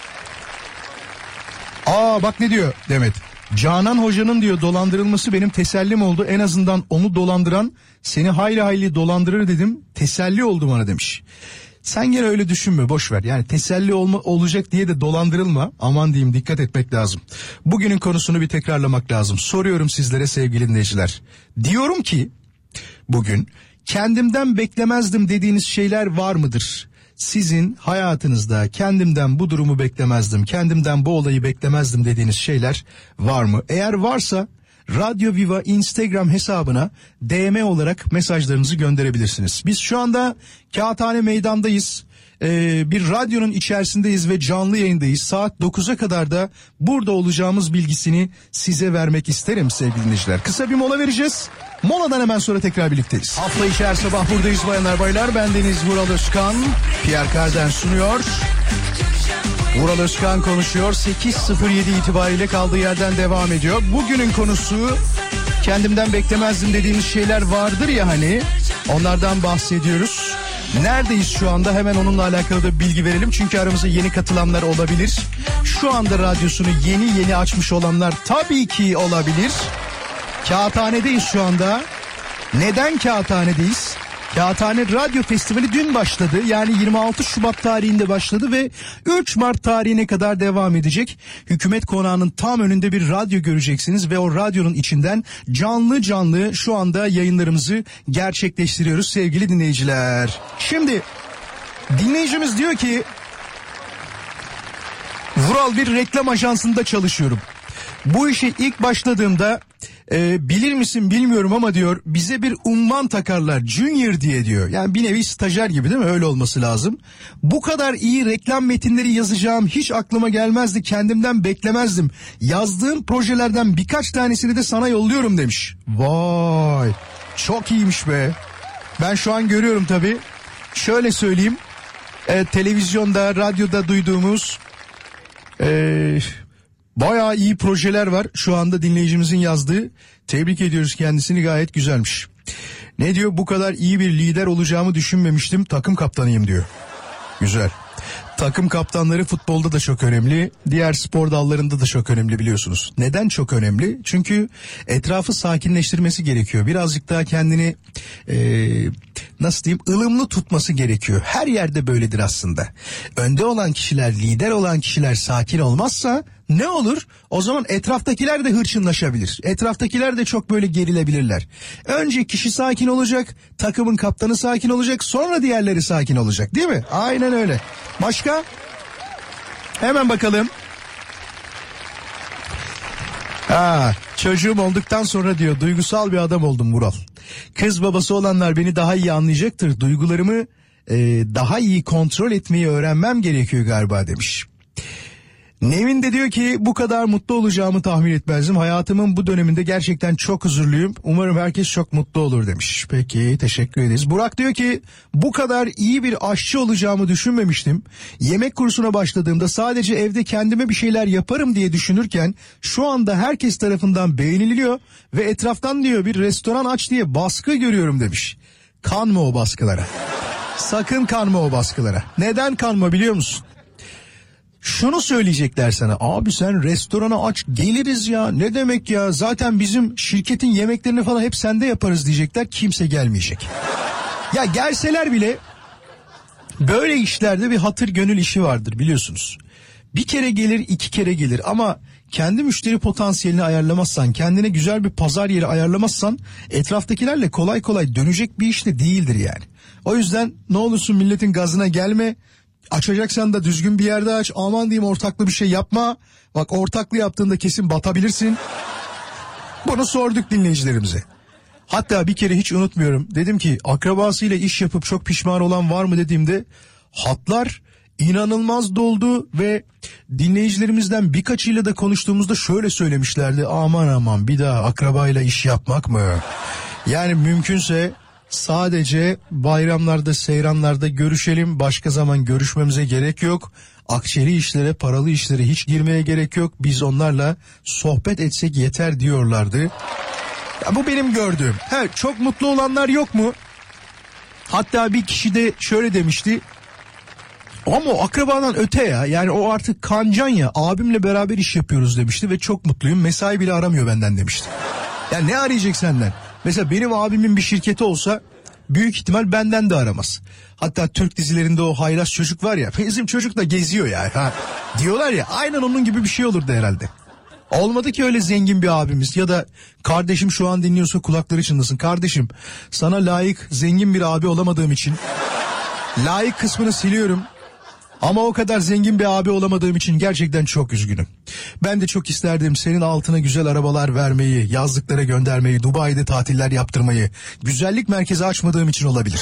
Bak ne diyor Demet. Canan Hoca'nın diyor dolandırılması benim tesellim oldu. En azından onu dolandıran seni hayli hayli dolandırır dedim. Teselli oldu bana demiş. Sen gene öyle düşünme, boş ver. Yani teselli olacak diye de dolandırılma. Aman diyeyim, dikkat etmek lazım. Bugünün konusunu bir tekrarlamak lazım. Soruyorum sizlere sevgili dinleyiciler. Diyorum ki bugün kendimden beklemezdim dediğiniz şeyler var mıdır? Sizin hayatınızda kendimden bu durumu beklemezdim, kendimden bu olayı beklemezdim dediğiniz şeyler var mı? Eğer varsa Radyo Viva Instagram hesabına DM olarak mesajlarınızı gönderebilirsiniz. Biz şu anda Kağıthane Meydan'dayız. Bir radyonun içerisindeyiz ve canlı yayındayız. Saat 9'a kadar da burada olacağımız bilgisini size vermek isterim sevgili dinleyiciler. Kısa bir mola vereceğiz. Moladan hemen sonra tekrar birlikteyiz. Hafta içi her sabah buradayız bayanlar baylar. Bendeniz Vural Özkan. Pierre Carden sunuyor. Vural Özkan konuşuyor. 8.07 itibariyle kaldığı yerden devam ediyor. Bugünün konusu kendimden beklemezdim dediğimiz şeyler vardır ya hani. Onlardan bahsediyoruz. Neredeyiz şu anda? Hemen onunla alakalı da bilgi verelim. Çünkü aramıza yeni katılanlar olabilir. Şu anda radyosunu yeni açmış olanlar tabii ki olabilir. Kağıthane'deyiz şu anda. Neden Kağıthane'deyiz? Kağıthane Radyo Festivali dün başladı. Yani 26 Şubat tarihinde başladı ve 3 Mart tarihine kadar devam edecek. Hükümet Konağı'nın tam önünde bir radyo göreceksiniz ve o radyonun içinden canlı şu anda yayınlarımızı gerçekleştiriyoruz sevgili dinleyiciler. Şimdi dinleyicimiz diyor ki Vural, bir reklam ajansında çalışıyorum. Bu işe ilk başladığımda bilir misin bilmiyorum ama diyor bize bir unvan takarlar, Junior diye diyor. Yani bir nevi stajyer gibi değil mi? Öyle olması lazım. Bu kadar iyi reklam metinleri yazacağım hiç aklıma gelmezdi, kendimden beklemezdim. Yazdığım projelerden birkaç tanesini de sana yolluyorum demiş. Vay, çok iyiymiş be. Ben şu an görüyorum tabii. Şöyle söyleyeyim. Televizyonda, radyoda duyduğumuz bayağı iyi projeler var. Şu anda dinleyicimizin yazdığı. Tebrik ediyoruz kendisini, gayet güzelmiş. Ne diyor? Bu kadar iyi bir lider olacağımı düşünmemiştim. Takım kaptanıyım diyor. Güzel. Takım kaptanları futbolda da çok önemli. Diğer spor dallarında da çok önemli biliyorsunuz. Neden çok önemli? Çünkü etrafı sakinleştirmesi gerekiyor. Birazcık daha kendini nasıl diyeyim, ılımlı tutması gerekiyor. Her yerde böyledir aslında. Önde olan kişiler, lider olan kişiler sakin olmazsa ne olur? O zaman etraftakiler de hırçınlaşabilir. Etraftakiler de çok böyle gerilebilirler. Önce kişi sakin olacak, takımın kaptanı sakin olacak, sonra diğerleri sakin olacak, değil mi? Aynen öyle. Başka? Hemen bakalım. Çocuğum olduktan sonra diyor duygusal bir adam oldum Vural. Kız babası olanlar beni daha iyi anlayacaktır. Duygularımı daha iyi kontrol etmeyi öğrenmem gerekiyor galiba demiş. Nevin de diyor ki bu kadar mutlu olacağımı tahmin etmezdim. Hayatımın bu döneminde gerçekten çok huzurluyum. Umarım herkes çok mutlu olur demiş. Peki, teşekkür ederiz. Burak diyor ki bu kadar iyi bir aşçı olacağımı düşünmemiştim. Yemek kursuna başladığımda sadece evde kendime bir şeyler yaparım diye düşünürken şu anda herkes tarafından beğeniliyor ve etraftan diyor bir restoran aç diye baskı görüyorum demiş. Kanma o baskılara. Sakın kanma o baskılara. Neden kanma biliyor musun? Şunu söyleyecekler sana. Abi sen restorana aç, geliriz ya. Ne demek ya? Zaten bizim şirketin yemeklerini falan hep sende yaparız diyecekler. Kimse gelmeyecek. Ya gelseler bile böyle işlerde bir hatır gönül işi vardır biliyorsunuz. Bir kere gelir, 2 kere gelir ama kendi müşteri potansiyelini ayarlamazsan, kendine güzel bir pazar yeri ayarlamazsan etraftakilerle kolay kolay dönecek bir iş de değildir yani. O yüzden ne olursun milletin gazına gelme. Açacaksan da düzgün bir yerde aç. Aman diyeyim ortaklı bir şey yapma. Bak ortaklı yaptığında kesin batabilirsin. Bunu sorduk dinleyicilerimize. Hatta bir kere hiç unutmuyorum. Dedim ki akrabasıyla iş yapıp çok pişman olan var mı dediğimde hatlar inanılmaz doldu ve dinleyicilerimizden birkaçıyla da konuştuğumuzda şöyle söylemişlerdi. Aman bir daha akrabayla iş yapmak mı? Yani mümkünse sadece bayramlarda, seyranlarda görüşelim. Başka zaman görüşmemize gerek yok. Akçeli işlere, paralı işlere hiç girmeye gerek yok. Biz onlarla sohbet etsek yeter diyorlardı. Ya bu benim gördüğüm. Evet, çok mutlu olanlar yok mu? Hatta bir kişi de şöyle demişti. Ama o akrabadan öte ya. Yani o artık kancan ya. Abimle beraber iş yapıyoruz demişti ve çok mutluyum. Mesai bile aramıyor benden demişti. Ya ne arayacak senden? Mesela benim abimin bir şirketi olsa büyük ihtimal benden de aramaz. Hatta Türk dizilerinde o haylaz çocuk var ya. Bizim çocuk da geziyor ya. Ha, diyorlar ya, aynen onun gibi bir şey olurdu herhalde. Olmadı ki öyle zengin bir abimiz ya da kardeşim şu an dinliyorsa kulakları çınlasın. Kardeşim sana layık zengin bir abi olamadığım için layık kısmını siliyorum. Ama o kadar zengin bir abi olamadığım için gerçekten çok üzgünüm. Ben de çok isterdim senin altına güzel arabalar vermeyi, yazlıklara göndermeyi, Dubai'de tatiller yaptırmayı. Güzellik merkezi açmadığım için olabilir.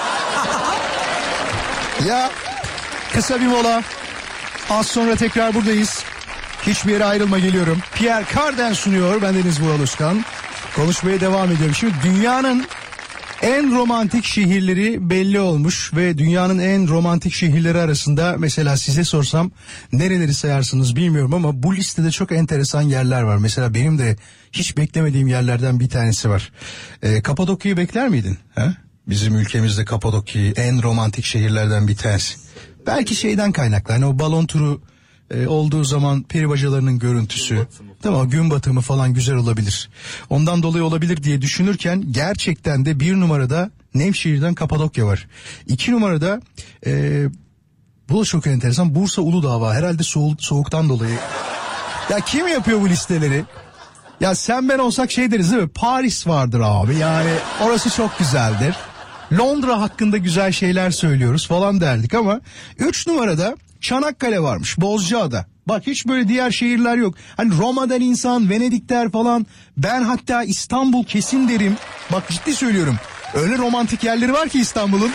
Ya kısa bir mola. Az sonra tekrar buradayız. Hiçbir yere ayrılma, geliyorum. Pierre Cardin sunuyor. Ben Deniz Vural Özkan. Konuşmaya devam ediyorum. Şimdi dünyanın en romantik şehirleri belli olmuş ve dünyanın en romantik şehirleri arasında mesela size sorsam nereleri sayarsınız bilmiyorum ama bu listede çok enteresan yerler var. Mesela benim de hiç beklemediğim yerlerden bir tanesi var. Kapadokya'yı bekler miydin? Ha? Bizim ülkemizde Kapadokya en romantik şehirlerden bir tanesi. Belki şeyden kaynaklı, hani o balon turu olduğu zaman peri bacalarının görüntüsü, tamam, gün batımı falan güzel olabilir. Ondan dolayı olabilir diye düşünürken gerçekten de 1 numarada Nevşehir'den Kapadokya var. 2 numarada bu da çok enteresan, Bursa Uludağ var. Herhalde soğuktan dolayı. Ya kim yapıyor bu listeleri? Ya sen ben olsak şey deriz değil mi? Paris vardır abi, yani orası çok güzeldir. Londra hakkında güzel şeyler söylüyoruz falan derdik ama 3 numarada Çanakkale varmış, Bozcaada. Bak hiç böyle diğer şehirler yok. Hani Roma'dan insan, Venedik der falan. Ben hatta İstanbul kesin derim. Bak ciddi söylüyorum. Öyle romantik yerleri var ki İstanbul'un.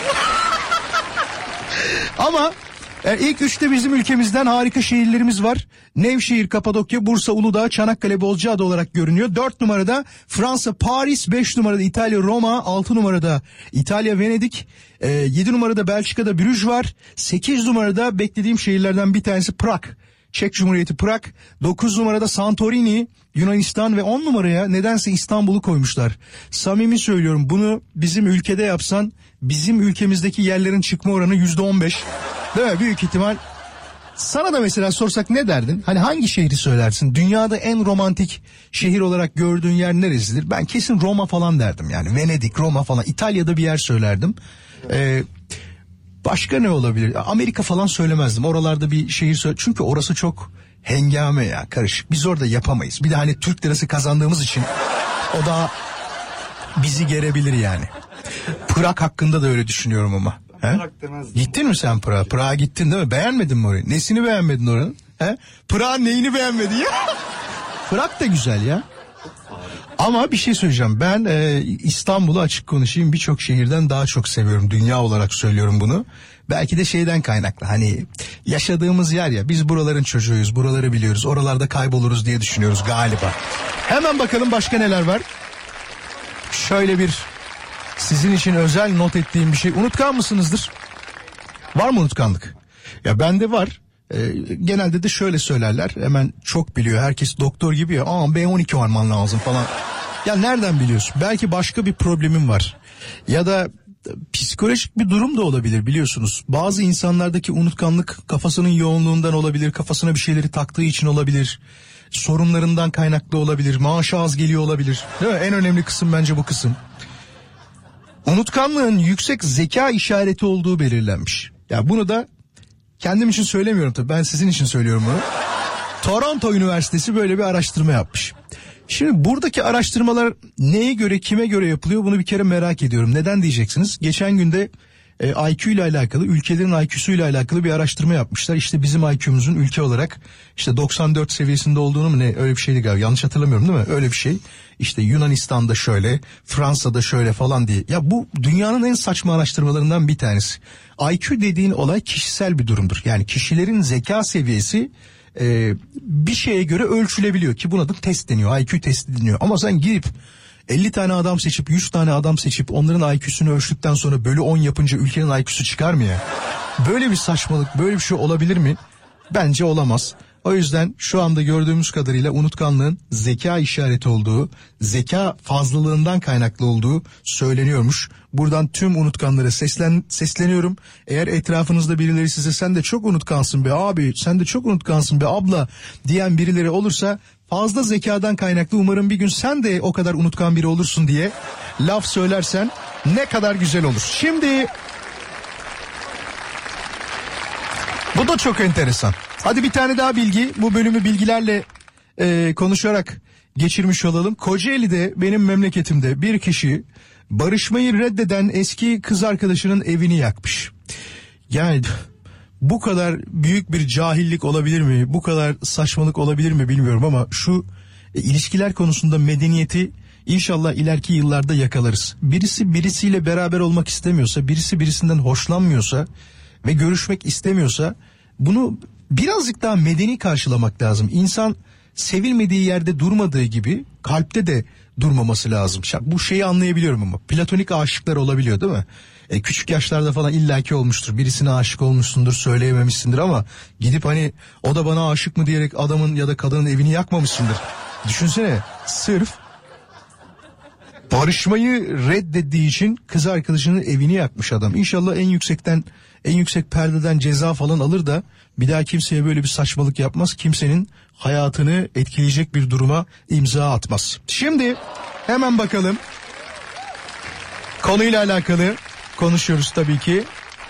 Ama ilk 3'te bizim ülkemizden harika şehirlerimiz var. Nevşehir, Kapadokya, Bursa, Uludağ, Çanakkale, Bozcaada olarak görünüyor. 4 numarada Fransa, Paris, 5 numarada İtalya, Roma, 6 numarada İtalya, Venedik, 7 numarada Belçika'da Brüj var. 8 numarada beklediğim şehirlerden bir tanesi Prag, Çek Cumhuriyeti Prag. 9 numarada Santorini, Yunanistan ve 10 numaraya nedense İstanbul'u koymuşlar. Samimi söylüyorum, bunu bizim ülkede yapsan bizim ülkemizdeki yerlerin çıkma oranı %15. Değil mi? Büyük ihtimal. Sana da mesela sorsak ne derdin? Hani hangi şehri söylersin? Dünyada en romantik şehir olarak gördüğün yer neresidir? Ben kesin Roma falan derdim yani. Venedik, Roma falan. İtalya'da bir yer söylerdim. Başka ne olabilir? Amerika falan söylemezdim. Oralarda bir şehir söyle. Çünkü orası çok hengame ya, karışık. Biz orada yapamayız. Bir de hani Türk lirası kazandığımız için o da bizi gerebilir yani. Prag hakkında da öyle düşünüyorum ama. Gittin mi sen Prag'a? Prag'a gittin değil mi? Beğenmedin mi orayı? Nesini beğenmedin oranın? Prag'ın neyini beğenmedin ya? Prag da güzel ya. Ama bir şey söyleyeceğim. Ben İstanbul'u açık konuşayım, birçok şehirden daha çok seviyorum. Dünya olarak söylüyorum bunu. Belki de şeyden kaynaklı. Hani yaşadığımız yer ya, biz buraların çocuğuyuz. Buraları biliyoruz. Oralarda kayboluruz diye düşünüyoruz galiba. Hemen bakalım başka neler var. Şöyle bir sizin için özel not ettiğim bir şey. Unutkan mısınızdır? Var mı unutkanlık? Ya bende var. Genelde de şöyle söylerler. Hemen çok biliyor. Herkes doktor gibi ya. B12 alman lazım falan. Ya nereden biliyorsun? Belki başka bir problemin var. Ya da psikolojik bir durum da olabilir biliyorsunuz. Bazı insanlardaki unutkanlık kafasının yoğunluğundan olabilir, kafasına bir şeyleri taktığı için olabilir. Sorunlarından kaynaklı olabilir, maaşı az geliyor olabilir. Değil mi? En önemli kısım bence bu kısım. Unutkanlığın yüksek zeka işareti olduğu belirlenmiş. Ya bunu da kendim için söylemiyorum tabii, ben sizin için söylüyorum bunu. Toronto Üniversitesi böyle bir araştırma yapmış. Şimdi buradaki araştırmalar neye göre, kime göre yapılıyor bunu bir kere merak ediyorum. Neden diyeceksiniz? Geçen günde IQ ile alakalı, ülkelerin IQ'su ile alakalı bir araştırma yapmışlar. İşte bizim IQ'muzun ülke olarak işte 94 seviyesinde olduğunu mu ne, öyle bir şeydi galiba, yanlış hatırlamıyorum değil mi? Öyle bir şey. İşte Yunanistan'da şöyle, Fransa'da şöyle falan diye. Ya bu dünyanın en saçma araştırmalarından bir tanesi. IQ dediğin olay kişisel bir durumdur. Yani kişilerin zeka seviyesi bir şeye göre ölçülebiliyor ki buna da test deniyor, IQ testi deniyor. Ama sen girip 50 tane adam seçip 100 tane adam seçip onların IQ'sunu ölçtükten sonra bölü 10 yapınca ülkenin IQ'su çıkar mı ya? Böyle bir saçmalık, böyle bir şey olabilir mi? Bence olamaz. O yüzden şu anda gördüğümüz kadarıyla unutkanlığın zeka işareti olduğu, zeka fazlalığından kaynaklı olduğu söyleniyormuş. Buradan tüm unutkanlara sesleniyorum. Eğer etrafınızda birileri size sen de çok unutkansın be abi, sen de çok unutkansın be abla diyen birileri olursa fazla zekadan kaynaklı, umarım bir gün sen de o kadar unutkan biri olursun diye laf söylersen ne kadar güzel olur. Şimdi bu da çok enteresan. Hadi bir tane daha bilgi, bu bölümü bilgilerle konuşarak geçirmiş olalım. Kocaeli'de, benim memleketimde bir kişi barışmayı reddeden eski kız arkadaşının evini yakmış. Yani bu kadar büyük bir cahillik olabilir mi? Bu kadar saçmalık olabilir mi bilmiyorum ama şu ilişkiler konusunda medeniyeti inşallah ileriki yıllarda yakalarız. Birisi birisiyle beraber olmak istemiyorsa, birisi birisinden hoşlanmıyorsa ve görüşmek istemiyorsa bunu birazcık daha medeni karşılamak lazım. İnsan sevilmediği yerde durmadığı gibi kalpte de durmaması lazım. Bu şeyi anlayabiliyorum ama platonik aşıklar olabiliyor değil mi? Küçük yaşlarda falan illaki olmuştur. Birisine aşık olmuşsundur, söyleyememişsindir ama gidip hani o da bana aşık mı diyerek adamın ya da kadının evini yakmamışsındır. Düşünsene, sırf barışmayı reddettiği için kız arkadaşının evini yakmış adam. İnşallah en yüksek perdeden ceza falan alır da bir daha kimseye böyle bir saçmalık yapmaz. Kimsenin hayatını etkileyecek bir duruma imza atmaz. Şimdi hemen bakalım. Konuyla alakalı konuşuyoruz tabii ki.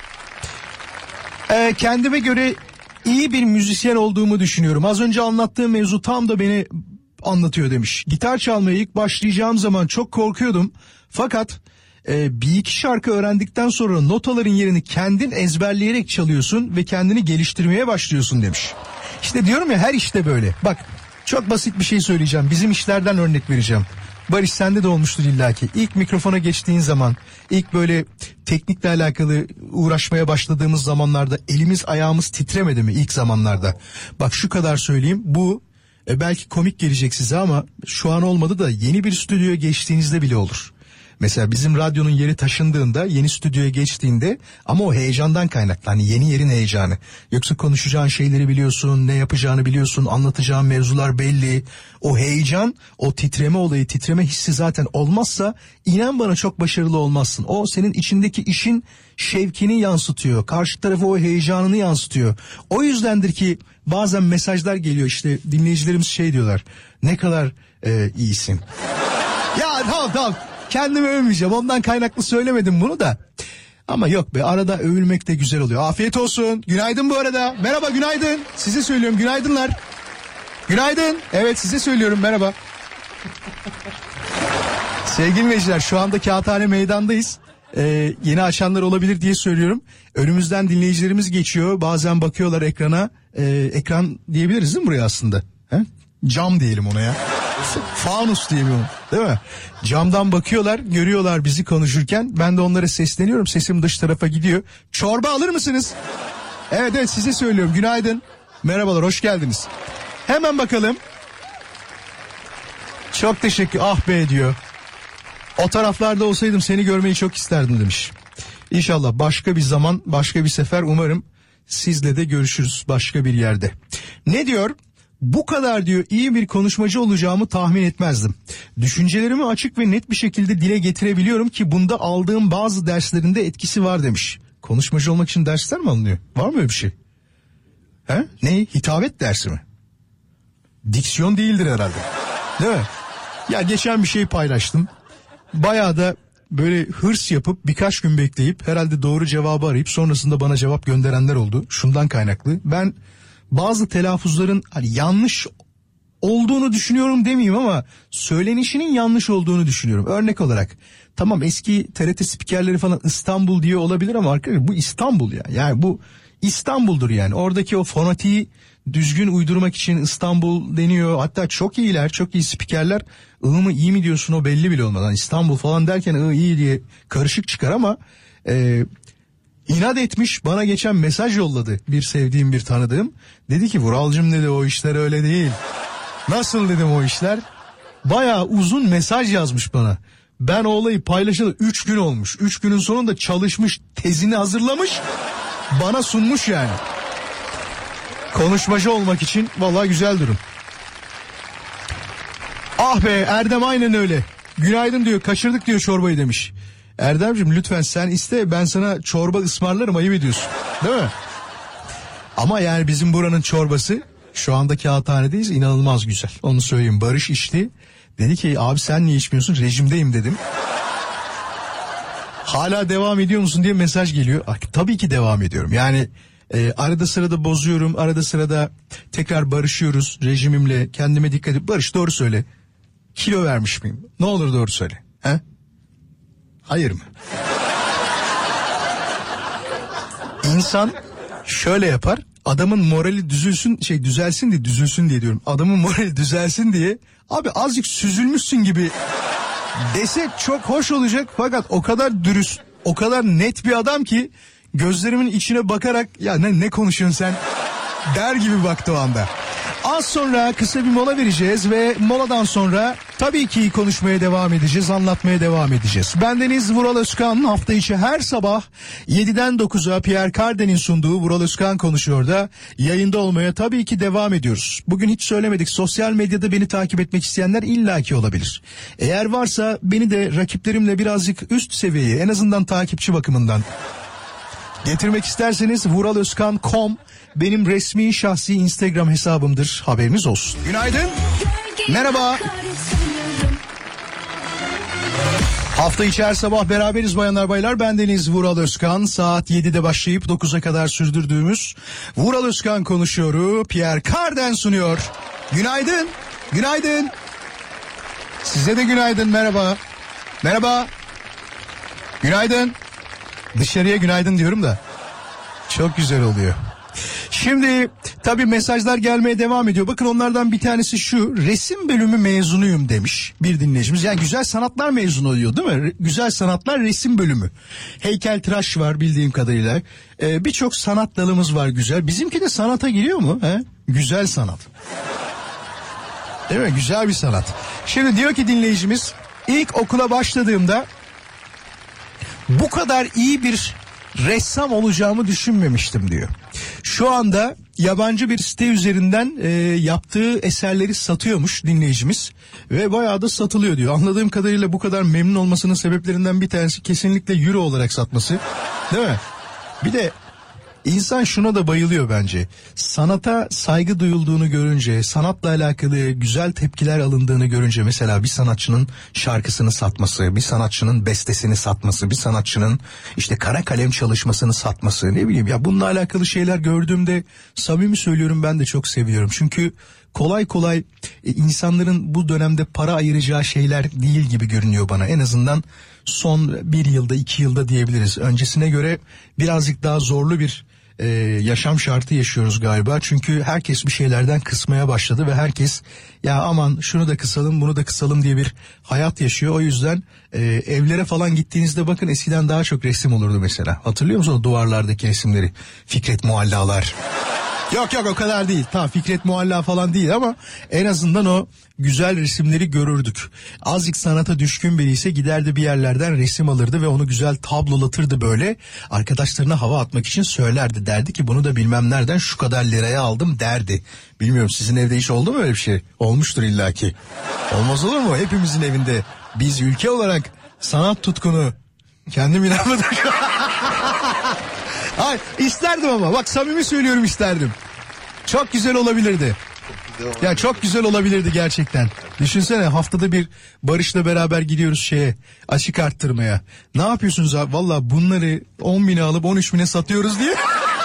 Kendime göre iyi bir müzisyen olduğumu düşünüyorum. Az önce anlattığım mevzu tam da beni anlatıyor demiş. Gitar çalmaya ilk başlayacağım zaman çok korkuyordum. Fakat bir iki şarkı öğrendikten sonra notaların yerini kendin ezberleyerek çalıyorsun ve kendini geliştirmeye başlıyorsun demiş. İşte diyorum ya, her işte böyle. Bak çok basit bir şey söyleyeceğim. Bizim işlerden örnek vereceğim. Barış, sende de olmuştur illaki. İlk mikrofona geçtiğin zaman, ilk böyle teknikle alakalı uğraşmaya başladığımız zamanlarda elimiz ayağımız titremedi mi ilk zamanlarda? Bak şu kadar söyleyeyim, bu belki komik gelecek size ama şu an olmadı da yeni bir stüdyoya geçtiğinizde bile olur. Mesela bizim radyonun yeri taşındığında, yeni stüdyoya geçtiğinde, ama o heyecandan kaynaklı, hani yeni yerin heyecanı. Yoksa konuşacağın şeyleri biliyorsun, ne yapacağını biliyorsun, anlatacağın mevzular belli. O heyecan, o titreme olayı, titreme hissi zaten olmazsa inan bana çok başarılı olmazsın. O senin içindeki işin şevkini yansıtıyor, karşı tarafa o heyecanını yansıtıyor. O yüzdendir ki bazen mesajlar geliyor, işte dinleyicilerimiz şey diyorlar, ne kadar iyisin. Ya tamam. Kendimi övmeyeceğim, ondan kaynaklı söylemedim bunu da. Ama yok be, arada övülmek de güzel oluyor. Afiyet olsun. Günaydın bu arada. Merhaba, günaydın. Size söylüyorum, günaydınlar. Günaydın. Evet, size söylüyorum, merhaba. Sevgili dinleyiciler, şu anda Kağıthane Meydan'dayız. Yeni açanlar olabilir diye söylüyorum. Önümüzden dinleyicilerimiz geçiyor. Bazen bakıyorlar ekrana. Ekran diyebiliriz değil mi buraya aslında? He? Cam diyelim ona ya. Fanus diyemiyorum, değil mi? Camdan bakıyorlar, görüyorlar bizi konuşurken. Ben de onlara sesleniyorum. Sesim dış tarafa gidiyor. Çorba alır mısınız? Evet size söylüyorum. Günaydın. Merhabalar, hoş geldiniz. Hemen bakalım. Çok teşekkür. Ah be diyor. O taraflarda olsaydım seni görmeyi çok isterdim demiş. İnşallah başka bir zaman, başka bir sefer umarım sizle de görüşürüz başka bir yerde. Ne diyor? Bu kadar diyor iyi bir konuşmacı olacağımı tahmin etmezdim. Düşüncelerimi açık ve net bir şekilde dile getirebiliyorum ki bunda aldığım bazı derslerinde etkisi var demiş. Konuşmacı olmak için dersler mi alınıyor? Var mı öyle bir şey? He? Ne? Hitabet dersi mi? Diksiyon değildir herhalde. Değil mi? Ya geçen bir şey paylaştım. Bayağı da böyle hırs yapıp birkaç gün bekleyip herhalde doğru cevabı arayıp sonrasında bana cevap gönderenler oldu. Şundan kaynaklı. Ben bazı telaffuzların hani yanlış olduğunu düşünüyorum demeyeyim ama söylenişinin yanlış olduğunu düşünüyorum. Örnek olarak tamam eski TRT spikerleri falan İstanbul diye olabilir ama arkadaşlar bu İstanbul ya. Yani bu İstanbul'dur yani. Oradaki o fonetiği düzgün uydurmak için İstanbul deniyor. Hatta çok iyiler, çok iyi spikerler mı iyi mi diyorsun o belli bile olmadan. İstanbul falan derken iyi diye karışık çıkar ama inat etmiş bana geçen mesaj yolladı bir sevdiğim bir tanıdığım. Dedi ki Vuralcığım dedi o işler öyle değil. Nasıl dedim o işler? Bayağı uzun mesaj yazmış bana. Ben o olayı paylaşalı 3 gün olmuş. 3 günün sonunda çalışmış, tezini hazırlamış, bana sunmuş yani. Konuşmacı olmak için vallahi güzel durum. Ah be Erdem aynen öyle. Günaydın diyor, kaçırdık diyor çorbayı demiş. Erdemciğim lütfen sen iste, ben sana çorba ısmarlarım, ayıp ediyorsun. Değil mi? Ama yani bizim buranın çorbası şu anda kağıthanedeyiz, inanılmaz güzel. Onu söyleyeyim. Barış içti. Dedi ki abi sen niye içmiyorsun? Rejimdeyim dedim. Hala devam ediyor musun diye mesaj geliyor. Tabii ki devam ediyorum. Yani arada sırada bozuyorum. Arada sırada tekrar barışıyoruz rejimimle. Kendime dikkat edip Barış doğru söyle. Kilo vermiş miyim? Ne olur doğru söyle. He? Hayır mı? İnsan şöyle yapar. Adamın morali düzelsin diye diyorum. Adamın morali düzelsin diye abi azıcık süzülmüşsün gibi dese çok hoş olacak. Fakat o kadar dürüst, o kadar net bir adam ki gözlerimin içine bakarak ya ne konuşuyorsun sen der gibi baktı o anda. Az sonra kısa bir mola vereceğiz ve moladan sonra tabii ki konuşmaya devam edeceğiz, anlatmaya devam edeceğiz. Bendeniz Vural Özkan, hafta içi her sabah 7'den 9'a Pierre Cardin'in sunduğu Vural Özkan konuşuyor da yayında olmaya tabii ki devam ediyoruz. Bugün hiç söylemedik, sosyal medyada beni takip etmek isteyenler illaki olabilir. Eğer varsa beni de rakiplerimle birazcık üst seviyeye, en azından takipçi bakımından getirmek isterseniz vuralozkan.com benim resmi şahsi Instagram hesabımdır. Haberiniz olsun. Günaydın. Merhaba. Hafta içi her sabah beraberiz bayanlar baylar. Bendeniz Vural Özkan. Saat 7'de başlayıp 9'a kadar sürdürdüğümüz Vural Özkan konuşuyoru Pierre Cardin sunuyor. Günaydın. Günaydın. Size de günaydın. Merhaba. Merhaba. Günaydın. Dışarıya günaydın diyorum da çok güzel oluyor. Şimdi tabii mesajlar gelmeye devam ediyor. Bakın onlardan bir tanesi şu: resim bölümü mezunuyum demiş bir dinleyicimiz. Yani güzel sanatlar mezunu oluyor değil mi? Güzel sanatlar resim bölümü. Heykeltıraş var bildiğim kadarıyla. Birçok sanat dalımız var güzel. Bizimki de sanata giriyor mu? He? Güzel sanat. Değil mi? Güzel bir sanat. Şimdi diyor ki dinleyicimiz, ilk okula başladığımda bu kadar iyi bir ressam olacağımı düşünmemiştim diyor. Şu anda yabancı bir site üzerinden yaptığı eserleri satıyormuş dinleyicimiz ve bayağı da satılıyor diyor. Anladığım kadarıyla bu kadar memnun olmasının sebeplerinden bir tanesi kesinlikle euro olarak satması, değil mi? Bir de İnsan şuna da bayılıyor bence. Sanata saygı duyulduğunu görünce, sanatla alakalı güzel tepkiler alındığını görünce, mesela bir sanatçının şarkısını satması, bir sanatçının bestesini satması, bir sanatçının işte kara kalem çalışmasını satması, ne bileyim ya, bununla alakalı şeyler gördüğümde samimi söylüyorum ben de çok seviyorum. Çünkü kolay kolay insanların bu dönemde para ayıracağı şeyler değil gibi görünüyor bana. En azından son bir yılda, 2 yılda diyebiliriz. Öncesine göre birazcık daha zorlu bir yaşam şartı yaşıyoruz galiba. Çünkü herkes bir şeylerden kısmaya başladı ve herkes ya aman şunu da kısalım bunu da kısalım diye bir hayat yaşıyor. O yüzden evlere falan gittiğinizde bakın, eskiden daha çok resim olurdu mesela. Hatırlıyor musunuz o duvarlardaki resimleri? Fikret Muallalar. Yok o kadar değil. Tamam, Fikret Mualla falan değil ama en azından o güzel resimleri görürdük. Azıcık sanata düşkün biri ise giderdi bir yerlerden resim alırdı ve onu güzel tablolatırdı böyle. Arkadaşlarına hava atmak için söylerdi. Derdi ki bunu da bilmem nereden şu kadar liraya aldım derdi. Bilmiyorum, sizin evde hiç oldu mu öyle bir şey? Olmuştur illaki. Olmaz olur mu? Hepimizin evinde. Biz ülke olarak sanat tutkunu, kendim inanmadım. Hayır, isterdim ama bak samimi söylüyorum, isterdim. Çok güzel olabilirdi. Ya çok güzel olabilirdi gerçekten. Düşünsene, haftada bir Barış'la beraber gidiyoruz açık arttırmaya. Ne yapıyorsunuz abi? Valla bunları 10.000'e alıp 13.000'e satıyoruz diye.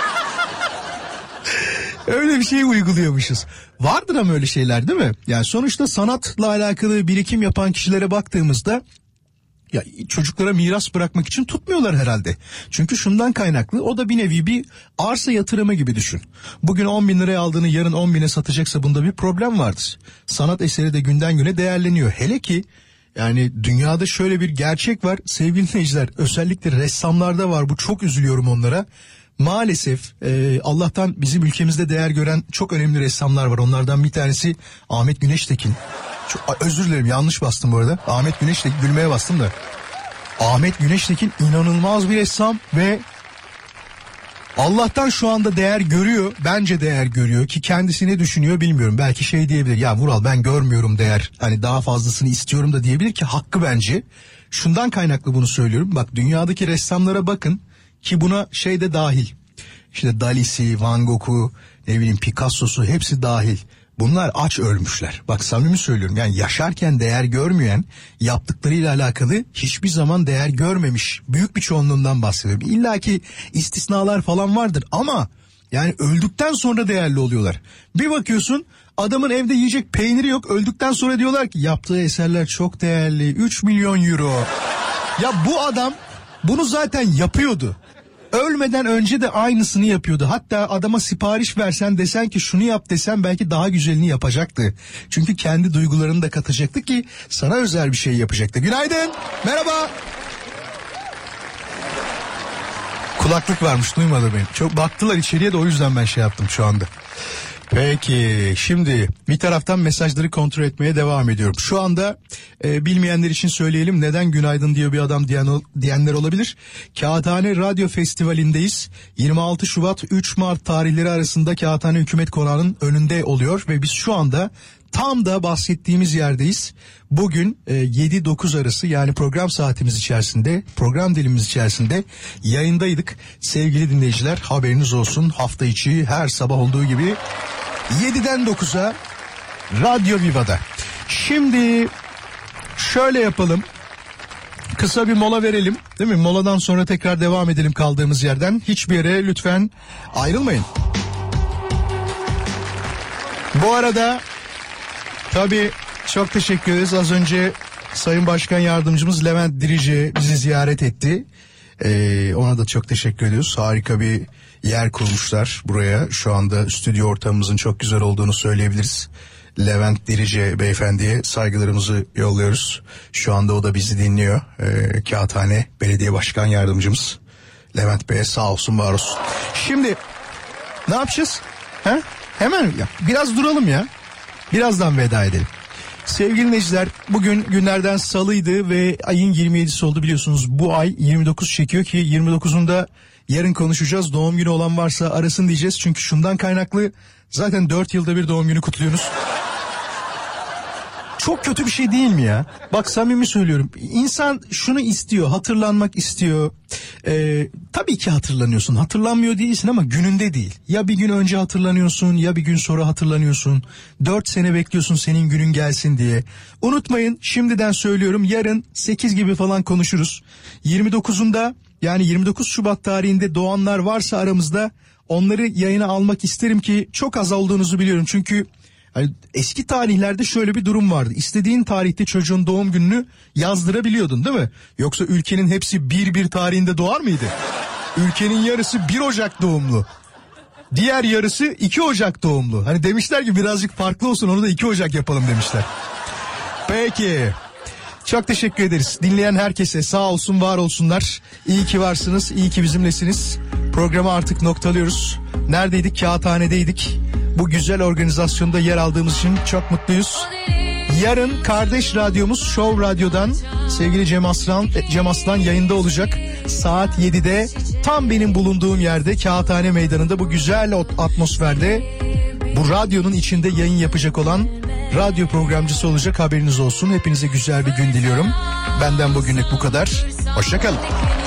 Öyle bir şey uyguluyormuşuz. Vardır ama öyle şeyler, değil mi? Yani sonuçta sanatla alakalı birikim yapan kişilere baktığımızda ya çocuklara miras bırakmak için tutmuyorlar herhalde. Çünkü şundan kaynaklı, o da bir nevi bir arsa yatırımı gibi düşün. Bugün 10.000 liraya aldığını yarın 10.000'e satacaksa bunda bir problem vardır. Sanat eseri de günden güne değerleniyor. Hele ki yani dünyada şöyle bir gerçek var sevgili dinleyiciler, özellikle ressamlarda var bu, çok üzülüyorum onlara. Maalesef Allah'tan bizim ülkemizde değer gören çok önemli ressamlar var. Onlardan bir tanesi Ahmet Güneştekin. Özür dilerim, yanlış bastım bu arada. Ahmet Güneştekin, gülmeye bastım da. Ahmet Güneştekin inanılmaz bir ressam ve Allah'tan şu anda değer görüyor. Bence değer görüyor ki kendisi ne düşünüyor bilmiyorum. Belki diyebilir, ya Vural ben görmüyorum değer, hani daha fazlasını istiyorum da diyebilir ki hakkı bence. Şundan kaynaklı bunu söylüyorum. Bak, dünyadaki ressamlara bakın ki buna de dahil. İşte Dali'si, Van Gogh'u, Picasso'su hepsi dahil. Bunlar aç ölmüşler. Bak samimi söylüyorum, yani yaşarken değer görmeyen, yaptıklarıyla alakalı hiçbir zaman değer görmemiş büyük bir çoğunluğundan bahsediyorum. İlla ki istisnalar falan vardır ama yani öldükten sonra değerli oluyorlar. Bir bakıyorsun adamın evde yiyecek peyniri yok, öldükten sonra diyorlar ki yaptığı eserler çok değerli, 3 milyon euro. Ya bu adam bunu zaten yapıyordu. Ölmeden önce de aynısını yapıyordu. Hatta adama sipariş versen, desen ki şunu yap desen, belki daha güzelini yapacaktı. Çünkü kendi duygularını da katacaktı ki sana özel bir şey yapacaktı. Günaydın, merhaba. Kulaklık varmış, duymadı beni. Çok baktılar içeriye de, o yüzden ben yaptım şu anda. Peki, şimdi bir taraftan mesajları kontrol etmeye devam ediyorum. Şu anda bilmeyenler için söyleyelim, neden günaydın diyor bir adam diyenler olabilir. Kağıthane Radyo Festivali'ndeyiz. 26 Şubat 3 Mart tarihleri arasında Kağıthane Hükümet Konağı'nın önünde oluyor ve biz şu anda tam da bahsettiğimiz yerdeyiz. Bugün 7-9 arası, yani program saatimiz içerisinde, program dilimiz içerisinde yayındaydık. Sevgili dinleyiciler, haberiniz olsun, hafta içi her sabah olduğu gibi 7'den 9'a Radyo Viva'da. Şimdi şöyle yapalım. Kısa bir mola verelim, değil mi? Moladan sonra tekrar devam edelim kaldığımız yerden. Hiçbir yere lütfen ayrılmayın. Bu arada tabii çok teşekkür ederiz. Az önce Sayın Başkan Yardımcımız Levent Dirici bizi ziyaret etti. Ona da çok teşekkür ediyoruz. Harika bir yer kurmuşlar buraya. Şu anda stüdyo ortamımızın çok güzel olduğunu söyleyebiliriz. Levent Dirici beyefendiye saygılarımızı yolluyoruz. Şu anda o da bizi dinliyor. Kağıthane Belediye Başkan Yardımcımız Levent Bey'e sağ olsun, var olsun. Şimdi ne yapacağız? Hemen ya, biraz duralım ya. Birazdan veda edelim. Sevgili dinleyiciler, bugün günlerden salıydı ve ayın 27'si oldu, biliyorsunuz. Bu ay 29 çekiyor ki 29'unda yarın konuşacağız. Doğum günü olan varsa arasın diyeceğiz. Çünkü şundan kaynaklı, zaten 4 yılda bir doğum günü kutluyorsunuz. Çok kötü bir şey değil mi ya? Bak samimi söylüyorum. İnsan şunu istiyor, hatırlanmak istiyor. Tabii ki hatırlanıyorsun. Hatırlanmıyor değilsin ama gününde değil. Ya bir gün önce hatırlanıyorsun, ya bir gün sonra hatırlanıyorsun. 4 sene bekliyorsun senin günün gelsin diye. Unutmayın, şimdiden söylüyorum, yarın 8 gibi falan konuşuruz. 29'unda, yani 29 Şubat tarihinde doğanlar varsa aramızda, onları yayına almak isterim ki çok az olduğunuzu biliyorum. Çünkü hani eski tarihlerde şöyle bir durum vardı. İstediğin tarihte çocuğun doğum gününü yazdırabiliyordun, değil mi? Yoksa ülkenin hepsi 1-1 tarihinde doğar mıydı? Ülkenin yarısı 1 Ocak doğumlu. Diğer yarısı 2 Ocak doğumlu. Hani demişler ki birazcık farklı olsun, onu da 2 Ocak yapalım demişler. Peki. Çok teşekkür ederiz. Dinleyen herkese sağ olsun, var olsunlar. İyi ki varsınız, iyi ki bizimlesiniz. Programı artık noktalıyoruz. Neredeydik? Kağıthane'deydik. Bu güzel organizasyonda yer aldığımız için çok mutluyuz. Yarın kardeş radyomuz Show Radyo'dan sevgili Cem Aslan yayında olacak. Saat 7'de tam benim bulunduğum yerde Kağıthane Meydanı'nda bu güzel atmosferde bu radyonun içinde yayın yapacak olan radyo programcısı olacak, haberiniz olsun. Hepinize güzel bir gün diliyorum. Benden bugünlük bu kadar. Hoşça kalın.